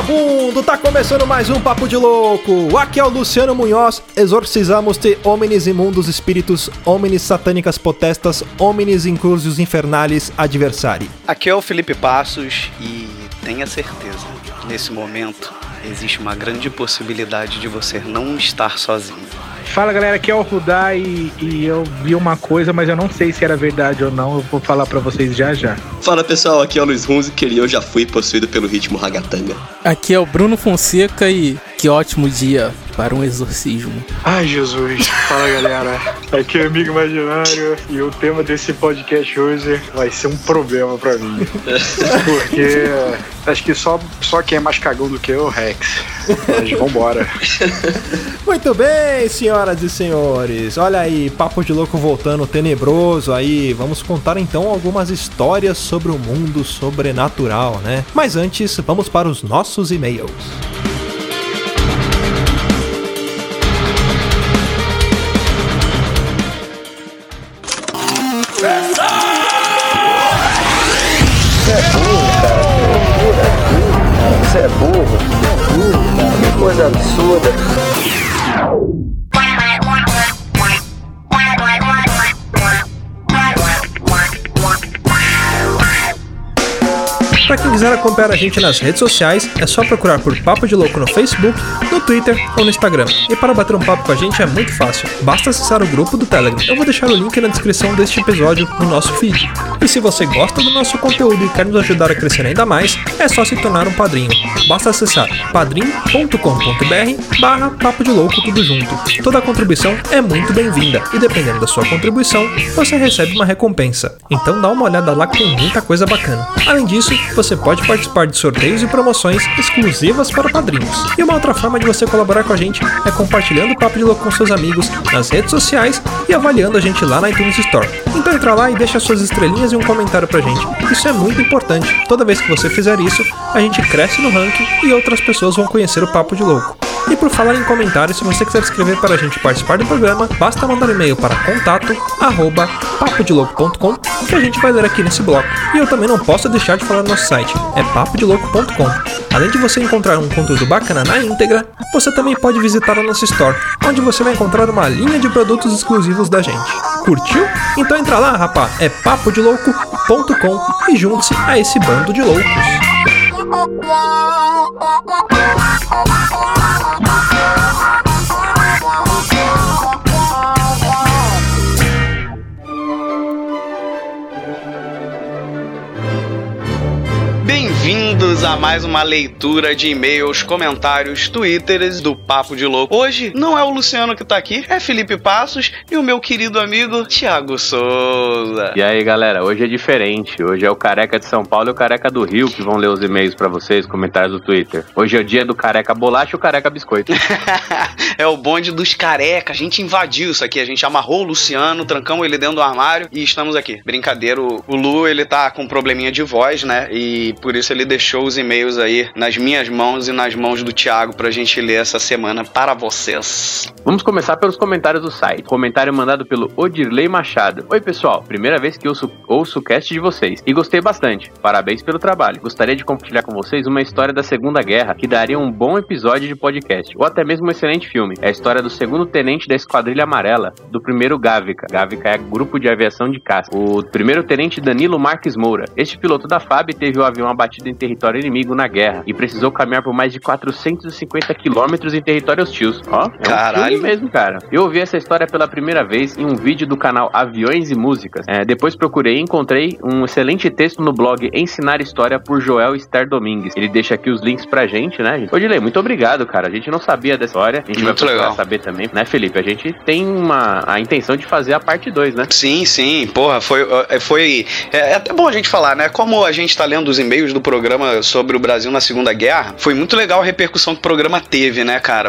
vagabundo, tá começando mais um Papo de Louco. Aqui é o Luciano Munhoz, exorcizamos-te homines imundos espíritos, homines satânicas potestas, homines inclusius infernalis adversari. Aqui é o Felipe Passos e tenha certeza, nesse momento existe uma grande possibilidade de você não estar sozinho. Fala galera, aqui é o Rudá e eu vi uma coisa, mas eu não sei se era verdade ou não, eu vou falar pra vocês já já. Fala pessoal, aqui é o Luiz Hunziker e eu já fui possuído pelo ritmo ragatanga. Aqui é o Bruno Fonseca e que ótimo dia para um exorcismo. Ai Jesus, fala galera, aqui é o Amigo Imaginário e o tema desse podcast hoje vai ser um problema pra mim. Porque acho que só quem é mais cagão do que eu é o Rex. Mas vambora. Muito bem, senhoras e senhores, olha aí, Papo de Louco voltando tenebroso aí. Vamos contar então algumas histórias sobre o mundo sobrenatural, né? Mas antes, vamos para os nossos e-mails. Você é burro, cara. Que coisa absurda. Pra quem quiser acompanhar a gente nas redes sociais, é só procurar por Papo de Louco no Facebook, no Twitter ou no Instagram. E para bater um papo com a gente é muito fácil, basta acessar o grupo do Telegram. Eu vou deixar o link na descrição deste episódio no nosso feed. E se você gosta do nosso conteúdo e quer nos ajudar a crescer ainda mais, é só se tornar um padrinho. Basta acessar padrim.com.br/Papo de Louco tudo junto. Toda contribuição é muito bem-vinda e dependendo da sua contribuição, você recebe uma recompensa. Então dá uma olhada lá que tem muita coisa bacana. Além disso, você pode participar de sorteios e promoções exclusivas para padrinhos. E uma outra forma de você colaborar com a gente é compartilhando o Papo de Louco com seus amigos nas redes sociais e avaliando a gente lá na iTunes Store. Então entra lá e deixa suas estrelinhas e um comentário pra gente. Isso é muito importante. Toda vez que você fizer isso, a gente cresce no ranking e outras pessoas vão conhecer o Papo de Louco. E por falar em comentários, se você quiser escrever para a gente participar do programa, basta mandar um e-mail para contato@papodelouco.com que a gente vai ler aqui nesse bloco. E eu também não posso deixar de falar no nosso site, é papodelouco.com. Além de você encontrar um conteúdo bacana na íntegra, você também pode visitar a nossa Store, onde você vai encontrar uma linha de produtos exclusivos da gente. Curtiu? Então entra lá, rapá, é papodelouco.com e junte-se a esse bando de loucos. Bem-vindos a mais uma leitura de e-mails, comentários, twitters do Papo de Louco. Hoje não é o Luciano que tá aqui, é Felipe Passos e o meu querido amigo Thiago Souza. E aí galera, hoje é diferente, hoje é o Careca de São Paulo e o Careca do Rio que vão ler os e-mails pra vocês, comentários do Twitter. Hoje é o dia do Careca Bolacha e o Careca Biscoito. É o bonde dos careca, a gente invadiu isso aqui, a gente amarrou o Luciano, trancamos ele dentro do armário e estamos aqui. Brincadeira, o Lu ele tá com um probleminha de voz, né, e por isso ele deixou os e-mails aí nas minhas mãos e nas mãos do Thiago pra gente ler essa semana para vocês. Vamos começar pelos comentários do site. Comentário mandado pelo Odirley Machado. Oi pessoal, primeira vez que ouço o cast de vocês e gostei bastante. Parabéns pelo trabalho. Gostaria de compartilhar com vocês uma história da Segunda Guerra que daria um bom episódio de podcast, ou até mesmo um excelente filme. É a história do segundo tenente da Esquadrilha Amarela, do primeiro Gávica. Gávica é grupo de aviação de caça. O primeiro tenente Danilo Marques Moura. Este piloto da FAB teve o avião abatido em território inimigo na guerra e precisou caminhar por mais de 450 quilômetros em território hostil. Ó, é Caralho. Um filme mesmo, cara. Eu ouvi essa história pela primeira vez em um vídeo do canal Aviões e Músicas. Depois procurei e encontrei um excelente texto no blog Ensinar História por Joel Esther Domingues. Ele deixa aqui os links pra gente, né, gente? Ô, Dilei, muito obrigado, cara. A gente não sabia dessa história. A gente muito vai legal saber também, né, Felipe? A gente tem a intenção de fazer a parte 2, né? Sim, porra, foi até bom a gente falar, né? Como a gente tá lendo os e-mails do programa sobre o Brasil na Segunda Guerra, foi muito legal a repercussão que o programa teve, né, cara?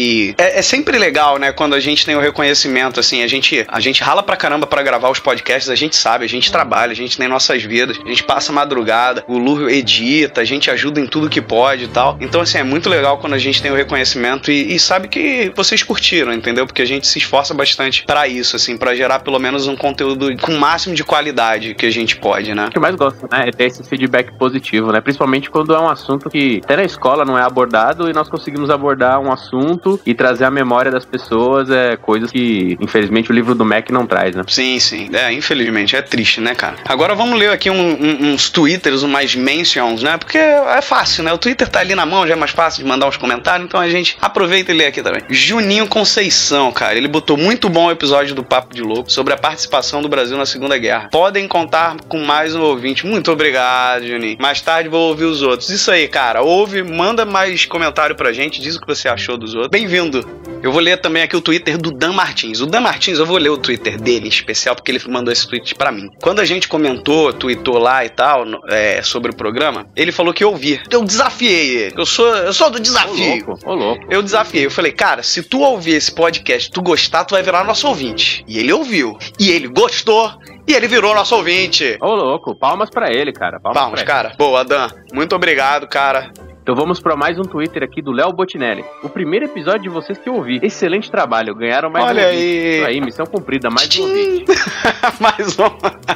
É sempre legal, né, quando a gente tem o reconhecimento, assim, a gente rala pra caramba pra gravar os podcasts, a gente sabe, a gente trabalha, a gente tem nossas vidas, a gente passa madrugada, o Lu edita, a gente ajuda em tudo que pode e tal. Então, assim, é muito legal quando a gente tem o reconhecimento e sabe que vocês curtiram, entendeu? Porque a gente se esforça bastante pra isso, assim, pra gerar pelo menos um conteúdo com o máximo de qualidade que a gente pode, né? O que eu mais gosto, né, é ter esse feedback positivo, né? Principalmente principalmente quando é um assunto que até na escola não é abordado e nós conseguimos abordar um assunto e trazer à memória das pessoas coisas que, infelizmente, o livro do Mac não traz, né? Sim. Infelizmente, é triste, né, cara? Agora vamos ler aqui uns twitters, umas mentions, né? Porque é fácil, né? O Twitter tá ali na mão, já é mais fácil de mandar uns comentários, então a gente aproveita e lê aqui também. Juninho Conceição, cara, ele botou muito bom o episódio do Papo de Louco sobre a participação do Brasil na Segunda Guerra. Podem contar com mais um ouvinte. Muito obrigado, Juninho. Mais tarde vou ouvir os outros. Isso aí, cara. Ouve, manda mais comentário pra gente, diz o que você achou dos outros. Bem-vindo. Eu vou ler também aqui o Twitter do Dan Martins. O Dan Martins, eu vou ler o Twitter dele em especial, porque ele mandou esse tweet pra mim. Quando a gente tweetou lá e tal, sobre o programa, ele falou que ia ouvir. Eu desafiei ele. Eu sou do desafio. Ô louco. Eu desafiei. Eu falei, cara, se tu ouvir esse podcast, tu gostar, tu vai virar nosso ouvinte. E ele ouviu. E ele gostou. E ele virou nosso ouvinte. Ô louco, palmas pra ele, cara. Palmas, cara. Boa, Dan. Muito obrigado, cara. Então vamos para mais um Twitter aqui do Léo Botinelli. O primeiro episódio de vocês que eu ouvi. Excelente trabalho, ganharam mais Olha um ouvinte. aí. Isso aí, missão cumprida, mais um ouvinte. Mais um.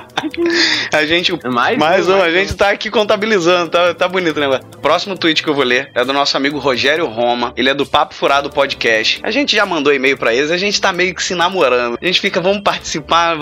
A gente tá aqui contabilizando, tá bonito o negócio. Próximo tweet que eu vou ler é do nosso amigo Rogério Roma. Ele é do Papo Furado Podcast. A gente já mandou e-mail pra eles, a gente tá meio que se namorando. A gente fica, vamos participar.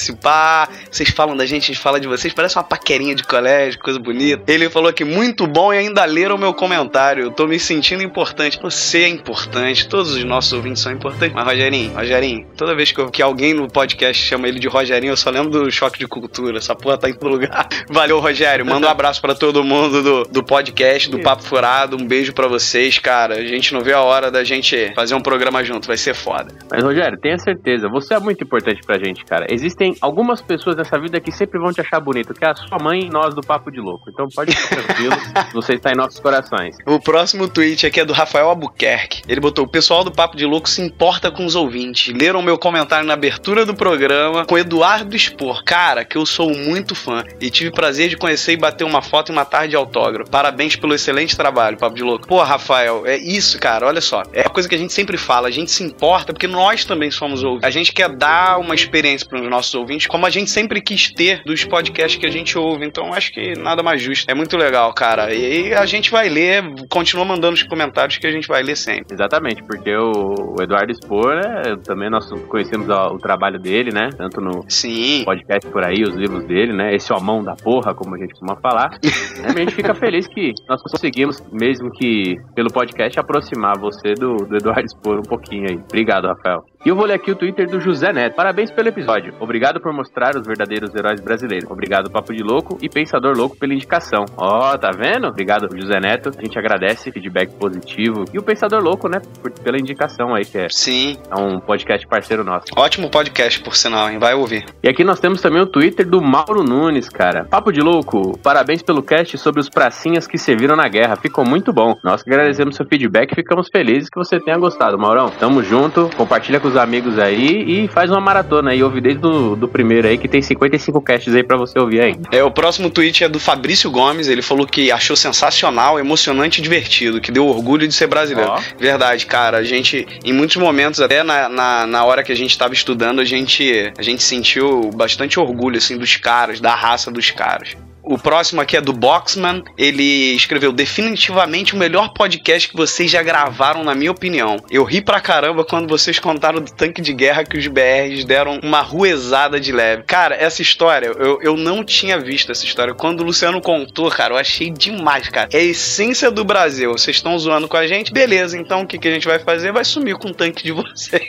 Vocês falam da gente fala de vocês, parece uma paquerinha de colégio, coisa bonita. Ele falou que muito bom e ainda leram o meu comentário. Eu tô me sentindo importante. Você é importante, todos os nossos ouvintes são importantes. Mas Rogerinho, toda vez que alguém no podcast chama ele de Rogerinho, eu só lembro do Choque de Cultura. Essa porra tá em todo lugar. Valeu, Rogério. Manda um abraço pra todo mundo do podcast, do Papo Furado. Um beijo pra vocês, cara. A gente não vê a hora da gente fazer um programa junto. Vai ser foda. Mas, Rogério, tenha certeza. Você é muito importante pra gente, cara. Existem algumas pessoas nessa vida que sempre vão te achar bonito, que é a sua mãe e nós do Papo de Louco. Então pode ficar tranquilo. Você está em nossos corações. O próximo tweet aqui é do Rafael Albuquerque. Ele botou: o pessoal do Papo de Louco se importa com os ouvintes. Leram meu comentário na abertura do programa com Eduardo Spor. Cara, que eu sou muito fã e tive prazer de conhecer e bater uma foto em uma tarde de autógrafo. Parabéns pelo excelente trabalho, Papo de Louco. Pô, Rafael, é isso, cara, olha só. É a coisa que a gente sempre fala, a gente se importa porque nós também somos ouvintes. A gente quer dar uma experiência para os nossos ouvintes como a gente sempre quis ter dos podcasts que a gente ouve. Então acho que nada mais justo. É muito legal, cara. E a gente vai ler, continua mandando os comentários que a gente vai ler sempre. Exatamente, porque o Eduardo Spor, também nós conhecemos o trabalho dele, né? Tanto no podcast por aí, os livros dele, né? Esse homão da porra, como a gente costuma falar. A gente fica feliz que nós conseguimos, mesmo que pelo podcast, aproximar você do Eduardo Spor um pouquinho aí. Obrigado, Rafael. E eu vou ler aqui o Twitter do José Neto. Parabéns pelo episódio. Obrigado por mostrar os verdadeiros heróis brasileiros. Obrigado, Papo de Louco e Pensador Louco, pela indicação. Ó, tá vendo? Obrigado, José Neto. A gente agradece, feedback positivo. E o Pensador Louco, né? Pela indicação aí, que é um podcast parceiro nosso. Ótimo podcast, por sinal, hein? Vai ouvir. E aqui nós temos também o Twitter do Mauro Nunes, cara. Papo de Louco, parabéns pelo cast sobre os pracinhas que serviram na guerra. Ficou muito bom. Nós que agradecemos seu feedback e ficamos felizes que você tenha gostado, Maurão. Tamo junto, compartilha com os amigos aí e faz uma maratona aí. Ouve desde do primeiro aí, que tem 55 casts aí pra você ouvir aí. O próximo tweet é do Fabrício Gomes. Ele falou que achou sensacional, emocionante e divertido, que deu orgulho de ser brasileiro. Verdade, cara. A gente, em muitos momentos, até na hora que a gente tava estudando, a gente sentiu bastante orgulho, assim, dos caras, da raça dos caras. O próximo aqui é do Boxman. Ele escreveu: definitivamente o melhor podcast que vocês já gravaram, na minha opinião. Eu ri pra caramba quando vocês contaram do tanque de guerra que os BRs deram uma ruezada de leve. Cara, essa história, eu não tinha visto essa história. Quando o Luciano contou, cara, eu achei demais, cara. É a essência do Brasil. Vocês estão zoando com a gente? Beleza, então o que a gente vai fazer? Vai sumir com o tanque de vocês.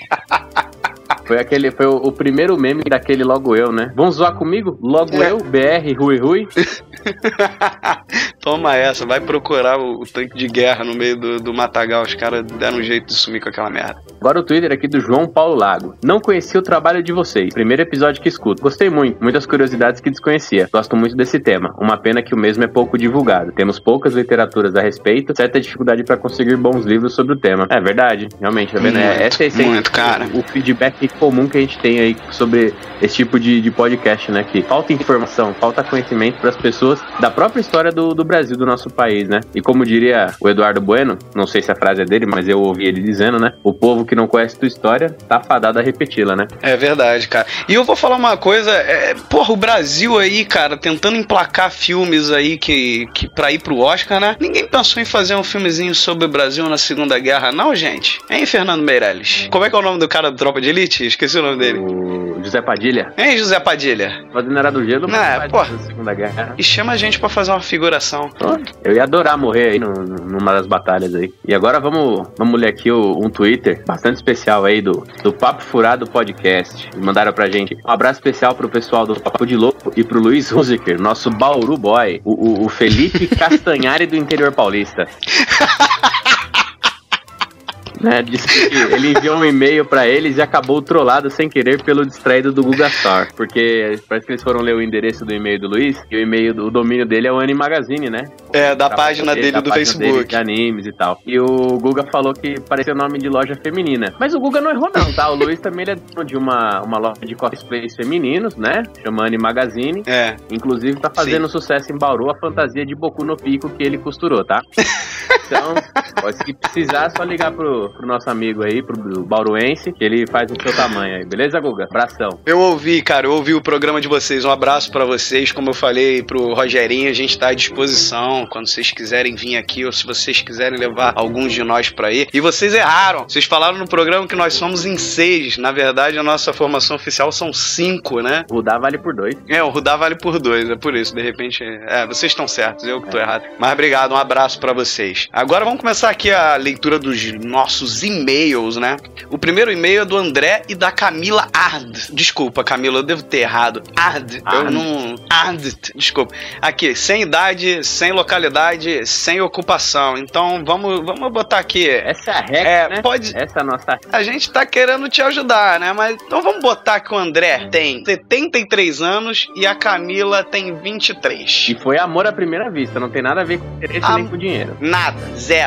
Foi o primeiro meme daquele Logo Eu, né? Vão zoar comigo? Logo Eu, BR, Rui. Toma essa, vai procurar o tanque de guerra no meio do matagal. Os caras deram um jeito de sumir com aquela merda. Agora o Twitter aqui do João Paulo Lago. Não conhecia o trabalho de vocês. Primeiro episódio que escuto. Gostei muito. Muitas curiosidades que desconhecia. Gosto muito desse tema. Uma pena que o mesmo é pouco divulgado. Temos poucas literaturas a respeito. Certa dificuldade para conseguir bons livros sobre o tema. É verdade. Realmente, tá vendo? Essa é a essência. Muito, cara. O feedback comum que a gente tem aí sobre esse tipo de podcast, né? Que falta informação, falta conhecimento para as pessoas da própria história do Brasil. Brasil do nosso país, né? E como diria o Eduardo Bueno, não sei se a frase é dele, mas eu ouvi ele dizendo, né? O povo que não conhece tua história tá fadado a repeti-la, né? É verdade, cara. E eu vou falar uma coisa, porra, o Brasil aí, cara, tentando emplacar filmes aí que pra ir pro Oscar, né? Ninguém pensou em fazer um filmezinho sobre o Brasil na Segunda Guerra, não, gente? Hein, Fernando Meirelles? Como é que é o nome do cara do Tropa de Elite? Esqueci o nome dele. O José Padilha. Hein, José Padilha? Fazendo Era do Gelo, mas porra. da Segunda Guerra. E chama a gente pra fazer uma figuração. Eu ia adorar morrer aí numa das batalhas aí. E agora vamos ler aqui um Twitter bastante especial aí do Papo Furado Podcast. Mandaram pra gente um abraço especial pro pessoal do Papo de Louco e pro Luiz Hunziker, nosso Bauru Boy, o Felipe Castanhari do interior paulista. Né, disse que ele enviou um e-mail pra eles e acabou trollado sem querer pelo distraído do Guga Star. Porque parece que eles foram ler o endereço do e-mail do Luiz, e o domínio dele é o Anime Magazine, né? Da página dele do Facebook. Dele, de animes e tal. E o Guga falou que parecia o nome de loja feminina. Mas o Guga não errou não, tá? O Luiz também é dono de uma loja de cosplays femininos, né? Chama Anime Magazine. Inclusive tá fazendo sucesso em Bauru a fantasia de Boku no Pico que ele costurou, tá? Então, se precisar, é só ligar pro nosso amigo aí, pro bauruense, que ele faz o seu tamanho aí. Beleza, Guga? Abração. Eu ouvi o programa de vocês. Um abraço pra vocês. Como eu falei pro Rogerinho, a gente tá à disposição quando vocês quiserem vir aqui ou se vocês quiserem levar alguns de nós pra ir. E vocês erraram. Vocês falaram no programa que nós somos em 6. Na verdade, a nossa formação oficial são 5, né? O Rudá vale por 2. O Rudá vale por 2. É por isso. De repente, vocês estão certos. Eu que tô errado. Mas obrigado. Um abraço pra vocês. Agora vamos começar aqui a leitura dos nossos e-mails, né? O primeiro e-mail é do André e da Camila Ard. Desculpa, Camila, eu devo ter errado. Ard. Eu não... Ard. Desculpa. Aqui, sem idade, sem localidade, sem ocupação. Então, vamos botar aqui. Essa é a regra, né? Essa é a nossa... A gente tá querendo te ajudar, né? Mas então vamos botar que o André tem 73 anos e a Camila tem 23. E foi amor à primeira vista. Não tem nada a ver com interesse nem com dinheiro. Nada. Zero.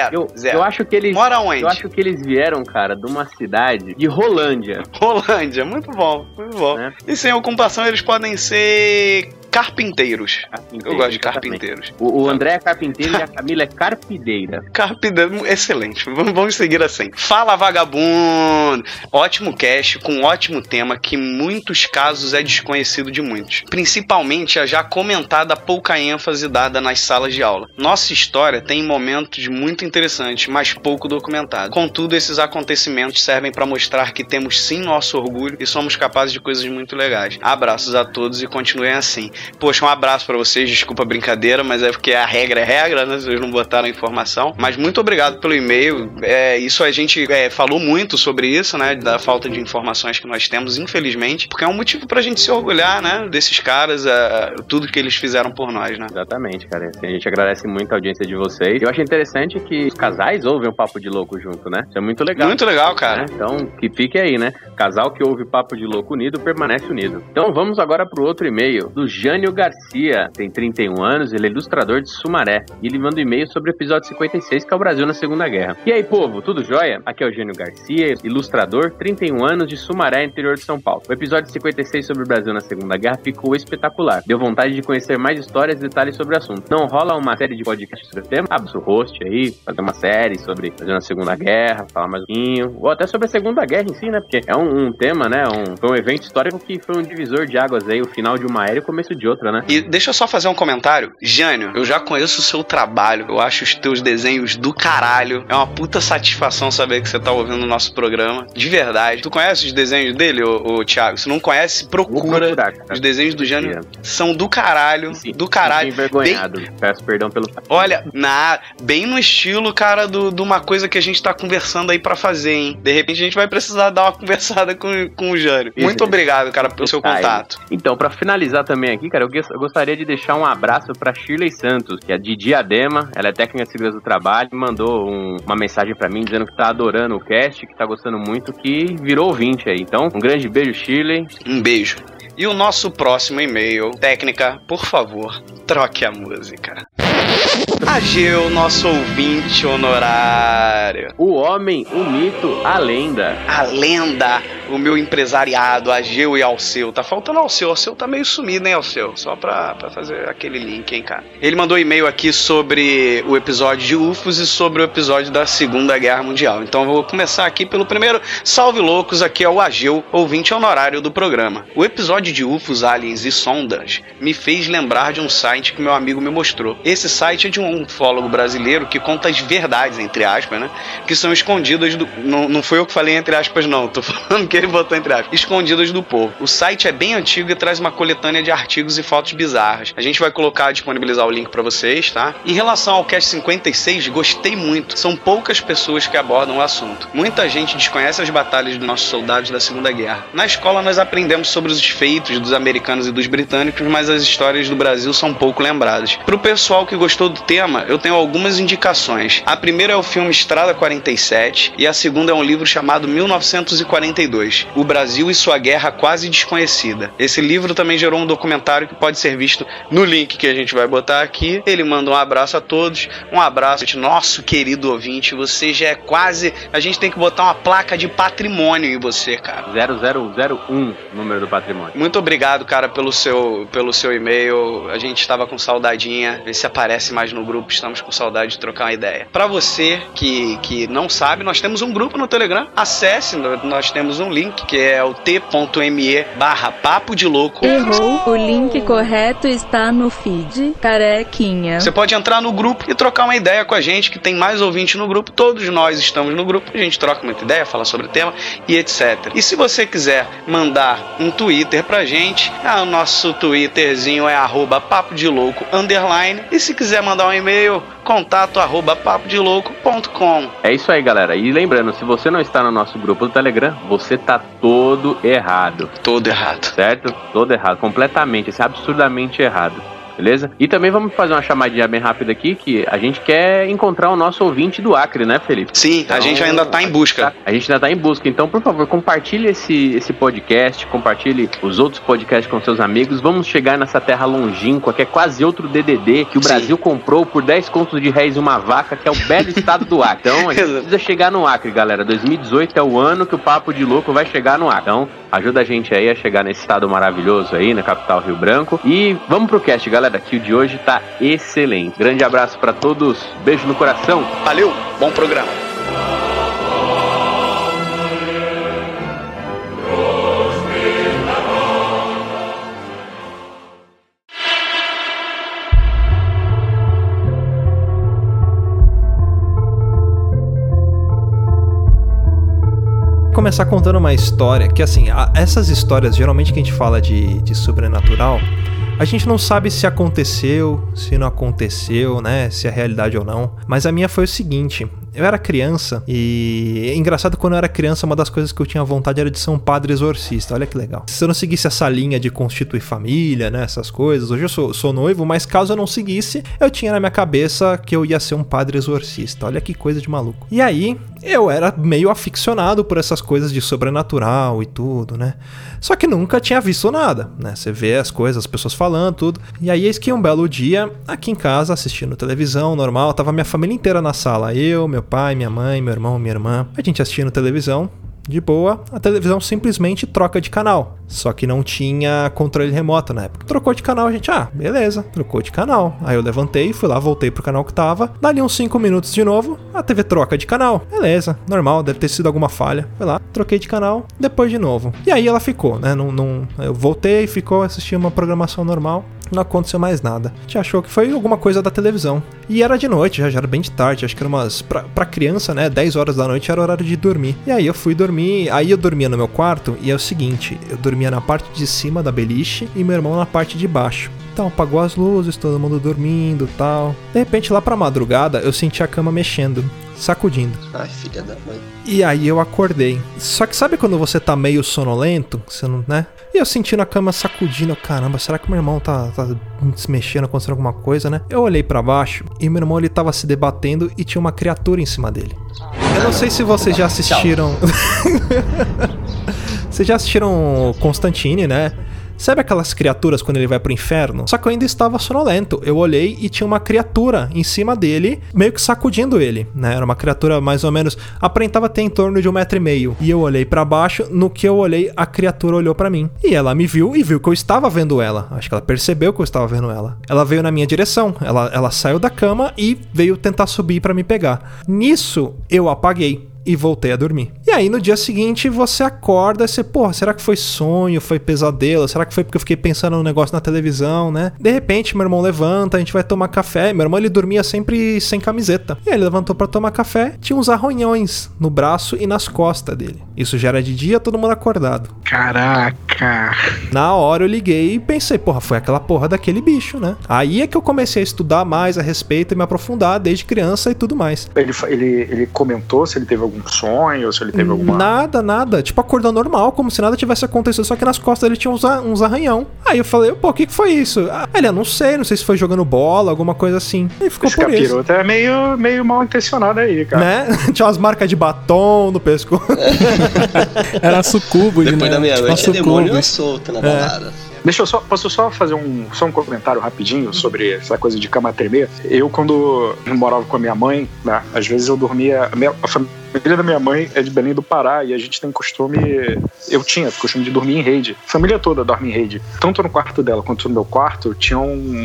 Eu acho que eles... Mora onde? Eu acho que eles vieram, cara, de uma cidade de Rolândia. Rolândia, muito bom. Né? E sem ocupação eles podem ser carpinteiros. Eu gosto de carpinteiros. O André é carpinteiro e a Camila é carpideira. Carpideiro, excelente. Vamos seguir assim. Fala, vagabundo! Ótimo cast, com ótimo tema, que em muitos casos é desconhecido de muitos. Principalmente a já comentada pouca ênfase dada nas salas de aula. Nossa história tem momentos muito interessantes, mas pouco documentados. Contudo, esses acontecimentos servem para mostrar que temos sim nosso orgulho e somos capazes de coisas muito legais. Abraços a todos e continuem assim. Poxa, um abraço pra vocês, desculpa a brincadeira, mas é porque a regra é regra, né? Vocês não botaram a informação. Mas muito obrigado pelo e-mail. Isso a gente falou muito sobre isso, né? Da falta de informações que nós temos, infelizmente, porque é um motivo pra gente se orgulhar, né? Desses caras, tudo que eles fizeram por nós, né? Exatamente, cara. A gente agradece muito a audiência de vocês. Eu acho interessante que os casais ouvem o Papo de Louco junto, né? Isso é muito legal. Muito legal, cara. Né? Então, que fique aí, né? Casal que ouve Papo de Louco unido permanece unido. Então, vamos agora pro outro e-mail do Jânio Garcia, tem 31 anos, ele é ilustrador de Sumaré, e ele manda um e-mail sobre o episódio 56, que é o Brasil na Segunda Guerra. E aí, povo, tudo jóia? Aqui é o Jânio Garcia, ilustrador, 31 anos, de Sumaré, interior de São Paulo. O episódio 56 sobre o Brasil na Segunda Guerra ficou espetacular. Deu vontade de conhecer mais histórias e detalhes sobre o assunto. Não rola uma série de podcasts sobre o tema? Abre o host aí, fazer uma série sobre o Brasil na Segunda Guerra, falar mais um pouquinho, ou até sobre a Segunda Guerra em si, né? Porque é um tema, né? Foi um evento histórico que foi um divisor de águas aí, o final de uma era e o começo de outra, né? E deixa eu só fazer um comentário. Jânio, eu já conheço o seu trabalho. Eu acho os teus desenhos do caralho. É uma puta satisfação saber que você tá ouvindo o nosso programa. De verdade. Tu conhece os desenhos dele, ô Thiago? Se não conhece, procura. Os desenhos do Jânio são do caralho. Sim, do caralho. Envergonhado. Peço perdão pelo... Olha, bem no estilo, cara, de uma coisa que a gente tá conversando aí pra fazer, hein? De repente a gente vai precisar dar uma conversada com o Jânio. Muito obrigado, cara, pelo seu contato. Então, pra finalizar também aqui, cara, eu gostaria de deixar um abraço pra Shirley Santos, que é de Diadema, ela é técnica de segurança do trabalho, mandou uma mensagem pra mim dizendo que tá adorando o cast, que tá gostando muito, que virou ouvinte aí. Então, um grande beijo, Shirley. Um beijo. E o nosso próximo e-mail, técnica, por favor, troque a música. Ageu, nosso ouvinte honorário. O homem, o mito, a lenda. A lenda. o meu empresariado, Ageu e Alceu. Tá faltando Alceu. Alceu tá meio sumido, hein, Alceu? Só pra fazer aquele link, hein, cara. Ele mandou e-mail aqui sobre o episódio de UFOs e sobre o episódio da Segunda Guerra Mundial. Então eu vou começar aqui pelo primeiro. Salve loucos, aqui é o Ageu, ouvinte honorário do programa. O episódio de UFOs, aliens e sondas me fez lembrar de um site que meu amigo me mostrou. Esse site é de um ufólogo brasileiro que conta as verdades, entre aspas, né? Que são escondidas do... Não foi eu que falei entre aspas, não. Tô falando que ele botou entre aspas. Escondidas do povo. O site é bem antigo e traz uma coletânea de artigos e fotos bizarras. A gente vai disponibilizar o link pra vocês, tá? Em relação ao Cast 56, gostei muito. São poucas pessoas que abordam o assunto. Muita gente desconhece as batalhas dos nossos soldados da Segunda Guerra. Na escola nós aprendemos sobre os feitos dos americanos e dos britânicos, mas as histórias do Brasil são pouco lembradas. Pro pessoal que gostou do tema, eu tenho algumas indicações. A primeira é o filme Estrada 47 e a segunda é um livro chamado 1942, O Brasil e Sua Guerra Quase Desconhecida. Esse livro também gerou um documentário que pode ser visto no link que a gente vai botar aqui. Ele manda um abraço a todos, um abraço, nosso querido ouvinte, você já é quase... A gente tem que botar uma placa de patrimônio em você, cara. 0001, número do patrimônio. Muito obrigado, cara, pelo seu e-mail. A gente estava com saudadinha. Vê se aparece mais no grupo. Estamos com saudade de trocar uma ideia. Pra você que não sabe, nós temos um grupo no Telegram. Acesse, nós temos um link que é o t.me/papo de louco. Errou, o link correto está no feed, carequinha. Você pode entrar no grupo e trocar uma ideia com a gente, que tem mais ouvinte no grupo. Todos nós estamos no grupo. A gente troca muita ideia, fala sobre o tema e etc. E se você quiser mandar um Twitter pra gente, o nosso Twitterzinho é @papodelouco_. E se quiser mandar um e-mail, contato@papodelouco.com. É isso aí, galera. E lembrando, se você não está no nosso grupo do Telegram, você tá todo errado. Todo errado. Certo? Todo errado. Completamente. Isso é absurdamente errado. Beleza? E também vamos fazer uma chamadinha bem rápida aqui, que a gente quer encontrar o nosso ouvinte do Acre, né, Felipe? Sim, então, a gente ainda tá em busca. A gente ainda tá em busca. Então, por favor, compartilhe esse podcast, compartilhe os outros podcasts com seus amigos. Vamos chegar nessa terra longínqua, que é quase outro DDD, que o Brasil comprou por 10 contos de réis uma vaca, que é o belo estado do Acre. Então, a gente precisa chegar no Acre, galera. 2018 é o ano que o Papo de Louco vai chegar no Acre. Então, ajuda a gente aí a chegar nesse estado maravilhoso aí, na capital Rio Branco. E vamos pro cast, galera, que o de hoje tá excelente. Grande abraço pra todos, beijo no coração. Valeu, bom programa. Começar contando uma história que, assim, essas histórias, geralmente que a gente fala de sobrenatural, a gente não sabe se aconteceu, se não aconteceu, né, se é realidade ou não, mas a minha foi o seguinte: eu era criança e é engraçado, quando eu era criança, uma das coisas que eu tinha vontade era de ser um padre exorcista. Olha que legal. Se eu não seguisse essa linha de constituir família, né, essas coisas, hoje eu sou noivo, mas caso eu não seguisse, eu tinha na minha cabeça que eu ia ser um padre exorcista. Olha que coisa de maluco. E aí, eu era meio aficionado por essas coisas de sobrenatural e tudo, né? Só que nunca tinha visto nada, né? Você vê as coisas, as pessoas falando, tudo. E aí, eis que um belo dia, aqui em casa, assistindo televisão, normal, tava minha família inteira na sala. Eu, meu pai, minha mãe, meu irmão, minha irmã. A gente assistindo televisão, de boa, a televisão simplesmente troca de canal. Só que não tinha controle remoto na época. Trocou de canal, a gente, beleza, trocou de canal. Aí eu levantei, fui lá, voltei pro canal que tava. Dali uns 5 minutos de novo, a TV troca de canal. Beleza, normal, deve ter sido alguma falha. Fui lá, troquei de canal, depois de novo. E aí ela ficou, né? Eu voltei, ficou, assisti uma programação normal. Não aconteceu mais nada. A gente achou que foi alguma coisa da televisão. E era de noite, já era bem de tarde. Acho que era umas... Pra criança, né? 10 horas da noite era horário de dormir. E aí eu fui dormir. Aí eu dormia no meu quarto. E é o seguinte: eu dormia na parte de cima da beliche e meu irmão na parte de baixo. Então apagou as luzes, todo mundo dormindo e tal. De repente, lá pra madrugada, eu senti a cama mexendo, sacudindo. Ai, filha da mãe. E aí eu acordei. Só que sabe quando você tá meio sonolento? Você não, né? E eu sentindo a cama sacudindo. Caramba, será que meu irmão tá se mexendo, acontecendo alguma coisa, né? Eu olhei pra baixo e meu irmão, ele tava se debatendo e tinha uma criatura em cima dele. Eu não sei se vocês já assistiram... Vocês já assistiram Constantine, né? Sabe aquelas criaturas quando ele vai pro inferno? Só que eu ainda estava sonolento. Eu olhei e tinha uma criatura em cima dele, meio que sacudindo ele, né? Era uma criatura mais ou menos, aparentava ter em torno de 1,5 metro. E eu olhei pra baixo, no que eu olhei, a criatura olhou pra mim. E ela me viu e viu que eu estava vendo ela. Acho que ela percebeu que eu estava vendo ela. Ela veio na minha direção. Ela saiu da cama e veio tentar subir pra me pegar. Nisso, eu apaguei e voltei a dormir. E aí no dia seguinte você acorda e você, porra, será que foi sonho, foi pesadelo? Será que foi porque eu fiquei pensando no negócio na televisão, né? De repente meu irmão levanta, a gente vai tomar café. Meu irmão, ele dormia sempre sem camiseta. E aí ele levantou pra tomar café, tinha uns arranhões no braço e nas costas dele. Isso já era de dia, todo mundo acordado. Caraca. Na hora eu liguei e pensei, porra, foi aquela porra daquele bicho, né? Aí é que eu comecei a estudar mais a respeito e me aprofundar desde criança e tudo mais. Ele comentou se ele teve algum sonho, se ele teve alguma... Nada. Tipo, acordou normal, como se nada tivesse acontecido, só que nas costas dele tinha uns arranhão. Aí eu falei, pô, o que foi isso? Ele, eu não sei se foi jogando bola, alguma coisa assim. E ficou por isso. Esse capiroto é meio mal intencionado aí, cara. Né? Tinha umas marcas de batom no pescoço. Era sucubo, né? Depois da meia-noite, demônio solto na balada. Posso só fazer um comentário rapidinho sobre essa coisa de cama tremer? Eu, quando morava com a minha mãe, né, às vezes eu dormia... A família da minha mãe é de Belém do Pará e a gente tem costume... Eu tinha costume de dormir em rede. A família toda dorme em rede. Tanto no quarto dela quanto no meu quarto, tinham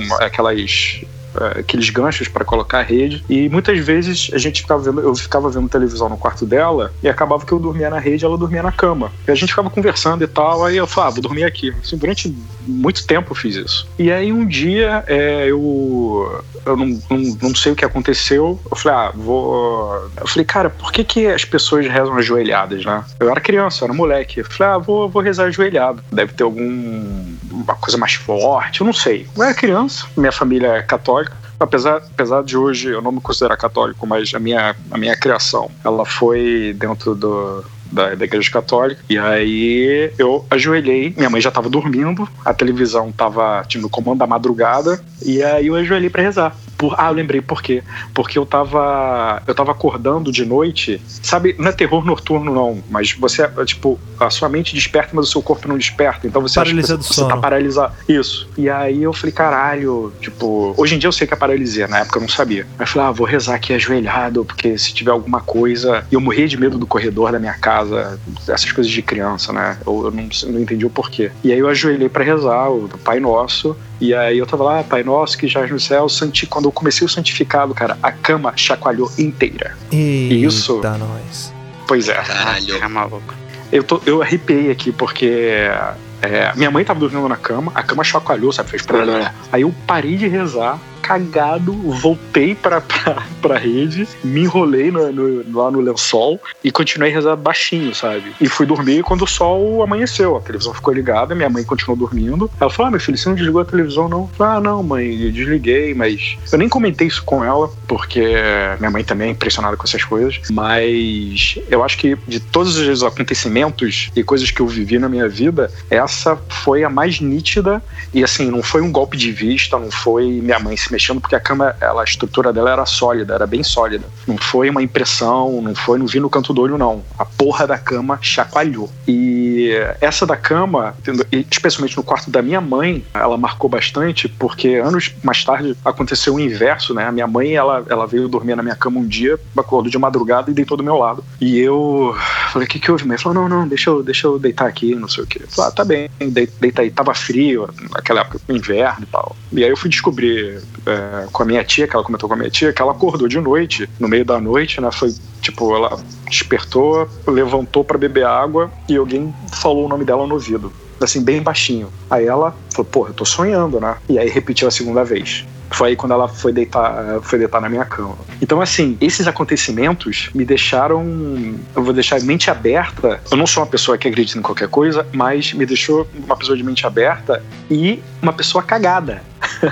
aqueles ganchos para colocar a rede, e muitas vezes eu ficava vendo televisão no quarto dela e acabava que eu dormia na rede e ela dormia na cama, e a gente ficava conversando e tal, aí eu falava, vou dormir aqui. Assim, durante muito tempo eu fiz isso, e aí um dia eu não sei o que aconteceu, eu falei, cara, por que as pessoas rezam ajoelhadas, né? Eu era criança, eu era moleque, eu falei, vou rezar ajoelhado, deve ter uma coisa mais forte, eu não sei. Eu era criança, minha família é católica, apesar de hoje eu não me considerar católico, mas a minha criação, ela foi dentro da igreja católica, e aí eu ajoelhei, minha mãe já tava dormindo, a televisão tava no comando da madrugada, e aí eu ajoelhei pra rezar. Eu lembrei por quê. Porque eu tava acordando de noite, sabe, não é terror noturno não, mas você, tipo, a sua mente desperta, mas o seu corpo não desperta, então você acha que você tá paralisado. Isso. E aí eu falei, caralho, tipo, hoje em dia eu sei que é paralisia, na época eu não sabia. Aí eu falei, vou rezar aqui ajoelhado, porque se tiver alguma coisa... E eu morria de medo do corredor da minha casa, essas coisas de criança, né? Eu não entendi o porquê. E aí eu ajoelhei pra rezar o Pai Nosso, e aí eu tava lá, Pai Nosso que já no céu, quando eu comecei o santificado, cara, a cama chacoalhou inteira. Eita, isso... nós. Pois é. Caralho. É maluco. Eu arrepiei aqui porque... minha mãe tava dormindo na cama, a cama chacoalhou, sabe? Fez... Aí eu parei de rezar, cagado, voltei pra rede, me enrolei lá no lençol e continuei rezando baixinho, sabe? E fui dormir quando o sol amanheceu, a televisão ficou ligada, minha mãe continuou dormindo. Ela falou, meu filho, você não desligou a televisão não? Eu falei, não mãe, eu desliguei, mas eu nem comentei isso com ela, porque minha mãe também é impressionada com essas coisas, mas eu acho que de todos os acontecimentos e coisas que eu vivi na minha vida, essa foi a mais nítida, e assim, não foi um golpe de vista, não foi minha mãe se mexendo, porque a cama, a estrutura dela era sólida, era bem sólida. Não foi uma impressão, não vi no canto do olho, não. A porra da cama chacoalhou. E essa da cama, especialmente no quarto da minha mãe, ela marcou bastante, porque anos mais tarde aconteceu o inverso, né? A minha mãe, ela veio dormir na minha cama um dia, acordou de madrugada e deitou do meu lado. E eu falei, o que houve? Ela falou, não, deixa eu deitar aqui, não sei o quê. Eu falei, tá bem, deita aí. Tava frio, naquela época, inverno e tal. E aí eu fui descobrir com a minha tia, que ela comentou com a minha tia, que ela acordou de noite, no meio da noite, né, foi, tipo, ela despertou, levantou pra beber água e alguém falou o nome dela no ouvido, assim, bem baixinho. Aí ela falou, porra, eu tô sonhando, né? E aí repetiu a segunda vez. Foi aí quando ela foi deitar na minha cama. Então, assim, esses acontecimentos me deixaram... Eu vou deixar mente aberta. Eu não sou uma pessoa que acredita em qualquer coisa, mas me deixou uma pessoa de mente aberta e uma pessoa cagada.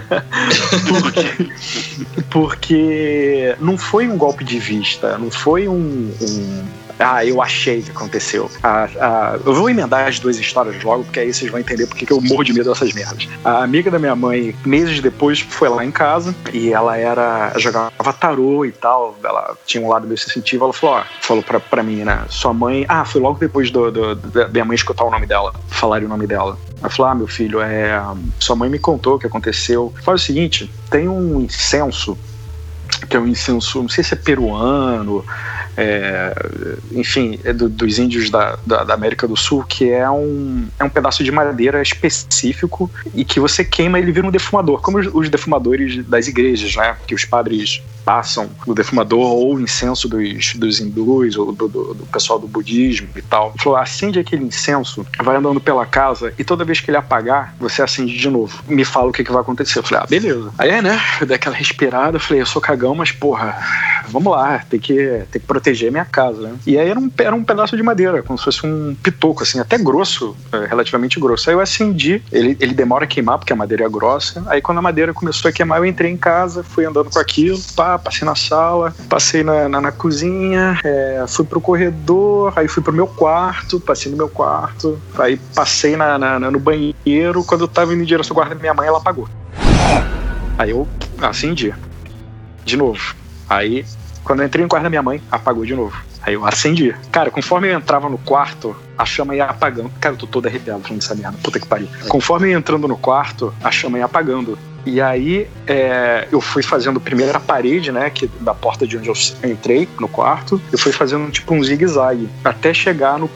Porque não foi um golpe de vista, não foi eu achei que aconteceu. Eu vou emendar as duas histórias logo, porque aí vocês vão entender porque que eu morro de medo dessas merdas. A amiga da minha mãe, meses depois, foi lá em casa e ela jogava tarô e tal. Ela tinha um lado meio sensitivo. Ela falou pra mim, né? Sua mãe... foi logo depois da minha mãe escutar o nome dela, falarem o nome dela. Ela falou, meu filho, sua mãe me contou o que aconteceu. Faz o seguinte, tem um incenso, que é um incenso, não sei se é peruano, enfim, dos índios da América do Sul, que é um pedaço de madeira específico e que você queima, ele vira um defumador, como os defumadores das igrejas, né? Que os padres passam o defumador ou o incenso dos hindus ou do pessoal do budismo e tal. Ele falou, acende aquele incenso, vai andando pela casa e toda vez que ele apagar, você acende de novo. Me fala o que vai acontecer. Eu falei, beleza. Aí, né, eu dei aquela respirada, eu falei, eu sou cagão, mas porra, vamos lá, tem que proteger minha casa, né? E aí era um pedaço de madeira, como se fosse um pitoco, assim, até grosso, relativamente grosso. Aí eu acendi, ele demora a queimar porque a madeira é grossa. Aí quando a madeira começou a queimar, eu entrei em casa, fui andando com aquilo, passei na sala, passei na cozinha, fui pro corredor, aí fui pro meu quarto, passei no meu quarto, aí passei no banheiro. Quando eu tava indo em direção ao quarto da minha mãe, ela apagou. Aí eu acendi de novo. Aí, quando eu entrei no quarto da minha mãe, apagou de novo. Aí eu acendi. Cara, conforme eu entrava no quarto, a chama ia apagando. Cara, eu tô todo arrepiado falando dessa merda. Puta que pariu. Conforme eu ia entrando no quarto, a chama ia apagando. E aí, eu fui fazendo primeiro a parede, né, da porta de onde eu entrei, no quarto. Eu fui fazendo tipo um zigue-zague, até chegar no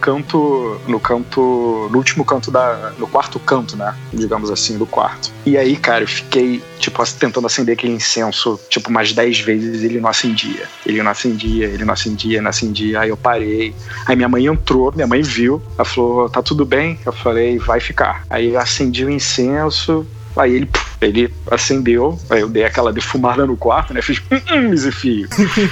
último canto no quarto canto, né, digamos assim, do quarto. E aí, cara, eu fiquei, tipo, tentando acender aquele incenso, tipo, umas 10 vezes, ele não acendia. Aí eu parei. Aí minha mãe entrou, minha mãe viu, ela falou, tá tudo bem? Eu falei, vai ficar. Aí eu acendi o incenso, aí ele acendeu, aí eu dei aquela defumada no quarto, né? Fiz misifio.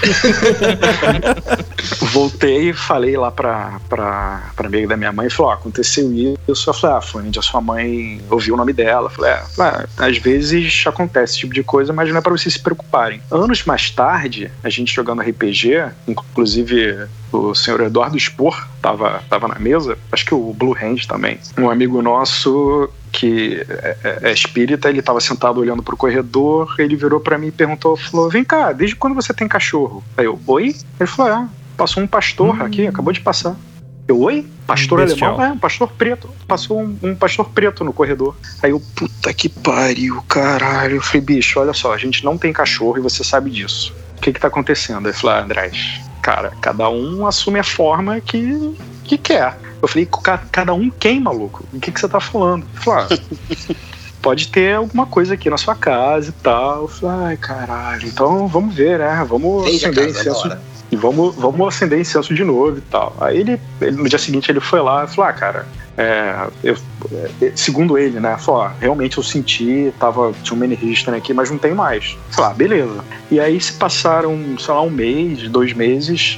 Voltei e falei lá pra amiga da minha mãe, falou, aconteceu isso. Eu falei, foi onde a sua mãe ouviu o nome dela. Eu falei, às vezes acontece esse tipo de coisa, mas não é pra vocês se preocuparem. Anos mais tarde, a gente jogando RPG, inclusive o senhor Eduardo Spor tava na mesa, acho que o Blue Hand também, um amigo nosso que é espírita, ele tava sentado olhando pro corredor, ele virou pra mim e perguntou, falou, vem cá, desde quando você tem cachorro? Aí eu, oi? Ele falou, passou um pastor aqui, acabou de passar. Eu, oi? Pastor alemão? Um pastor preto. Passou um pastor preto no corredor. Aí eu, puta que pariu, caralho. Eu falei, bicho, olha só, a gente não tem cachorro e você sabe disso. O que tá acontecendo? Ele falou, Andrés, cara, cada um assume a forma que quer. Eu falei, cada um quem, maluco? O que você tá falando? Ele falou, pode ter alguma coisa aqui na sua casa e tal. Eu falei, ai, caralho, então vamos ver, né? Vamos acender incenso. E vamos acender incenso de novo e tal. Aí ele no dia seguinte ele foi lá e falou, cara, segundo ele, né, falou, realmente eu senti, tinha um energia aqui, mas não tem mais. Eu falei, beleza. E aí se passaram, sei lá, 1 mês, 2 meses,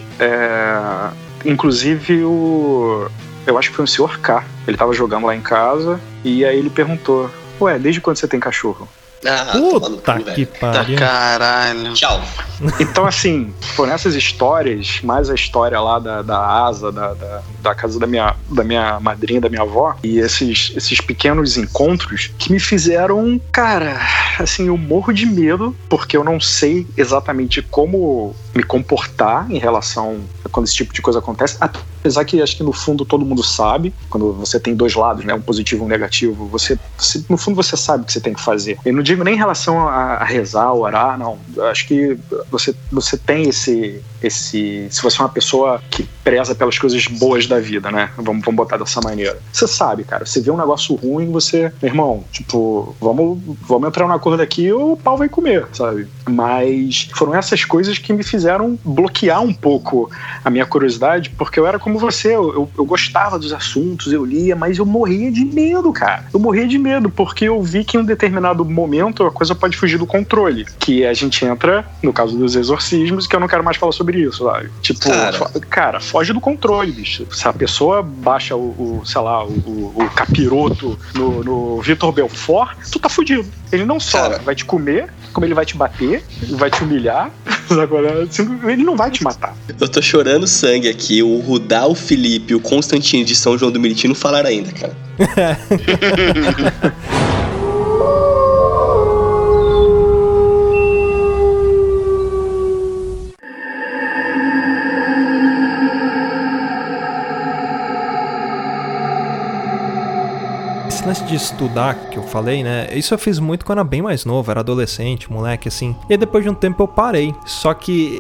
inclusive eu acho que foi o Sr. K. Ele tava jogando lá em casa e aí ele perguntou, desde quando você tem cachorro? Puta que pariu. Caralho. Tchau. Então, assim, foram essas histórias, mais a história lá da asa, da casa da minha madrinha, da minha avó, e esses pequenos encontros que me fizeram, cara, assim, eu morro de medo, porque eu não sei exatamente como me comportar em relação a quando esse tipo de coisa acontece, apesar que acho que no fundo todo mundo sabe, quando você tem 2 lados, né, um positivo e um negativo, você no fundo você sabe o que você tem que fazer. Eu não digo nem em relação a rezar, orar, não. Eu acho que você tem se você é uma pessoa que preza pelas coisas boas da vida, né? Vamos botar dessa maneira. Você sabe, cara, você vê um negócio ruim, você, meu irmão, tipo, vamos entrar num acordo aqui ou o pau vai comer, sabe? Mas foram essas coisas que me fizeram bloquear um pouco a minha curiosidade, porque eu era como você, eu gostava dos assuntos, eu lia, mas eu morria de medo, cara. Eu morria de medo, porque eu vi que em um determinado momento a coisa pode fugir do controle, que a gente entra, no caso dos exorcismos, que eu não quero mais falar sobre isso, sabe? Tipo, cara, foge do controle, bicho. Se a pessoa baixa o capiroto no Vitor Belfort, tu tá fudido. Ele não só vai te comer, como ele vai te bater, vai te humilhar, agora ele não vai te matar. Eu tô chorando sangue aqui. O Rudá, o Felipe e o Constantino de São João do Meriti não falaram ainda, cara. esse lance de estudar que eu falei, né? Isso eu fiz muito quando eu era bem mais novo, era adolescente, moleque, assim. E aí depois de um tempo eu parei. Só que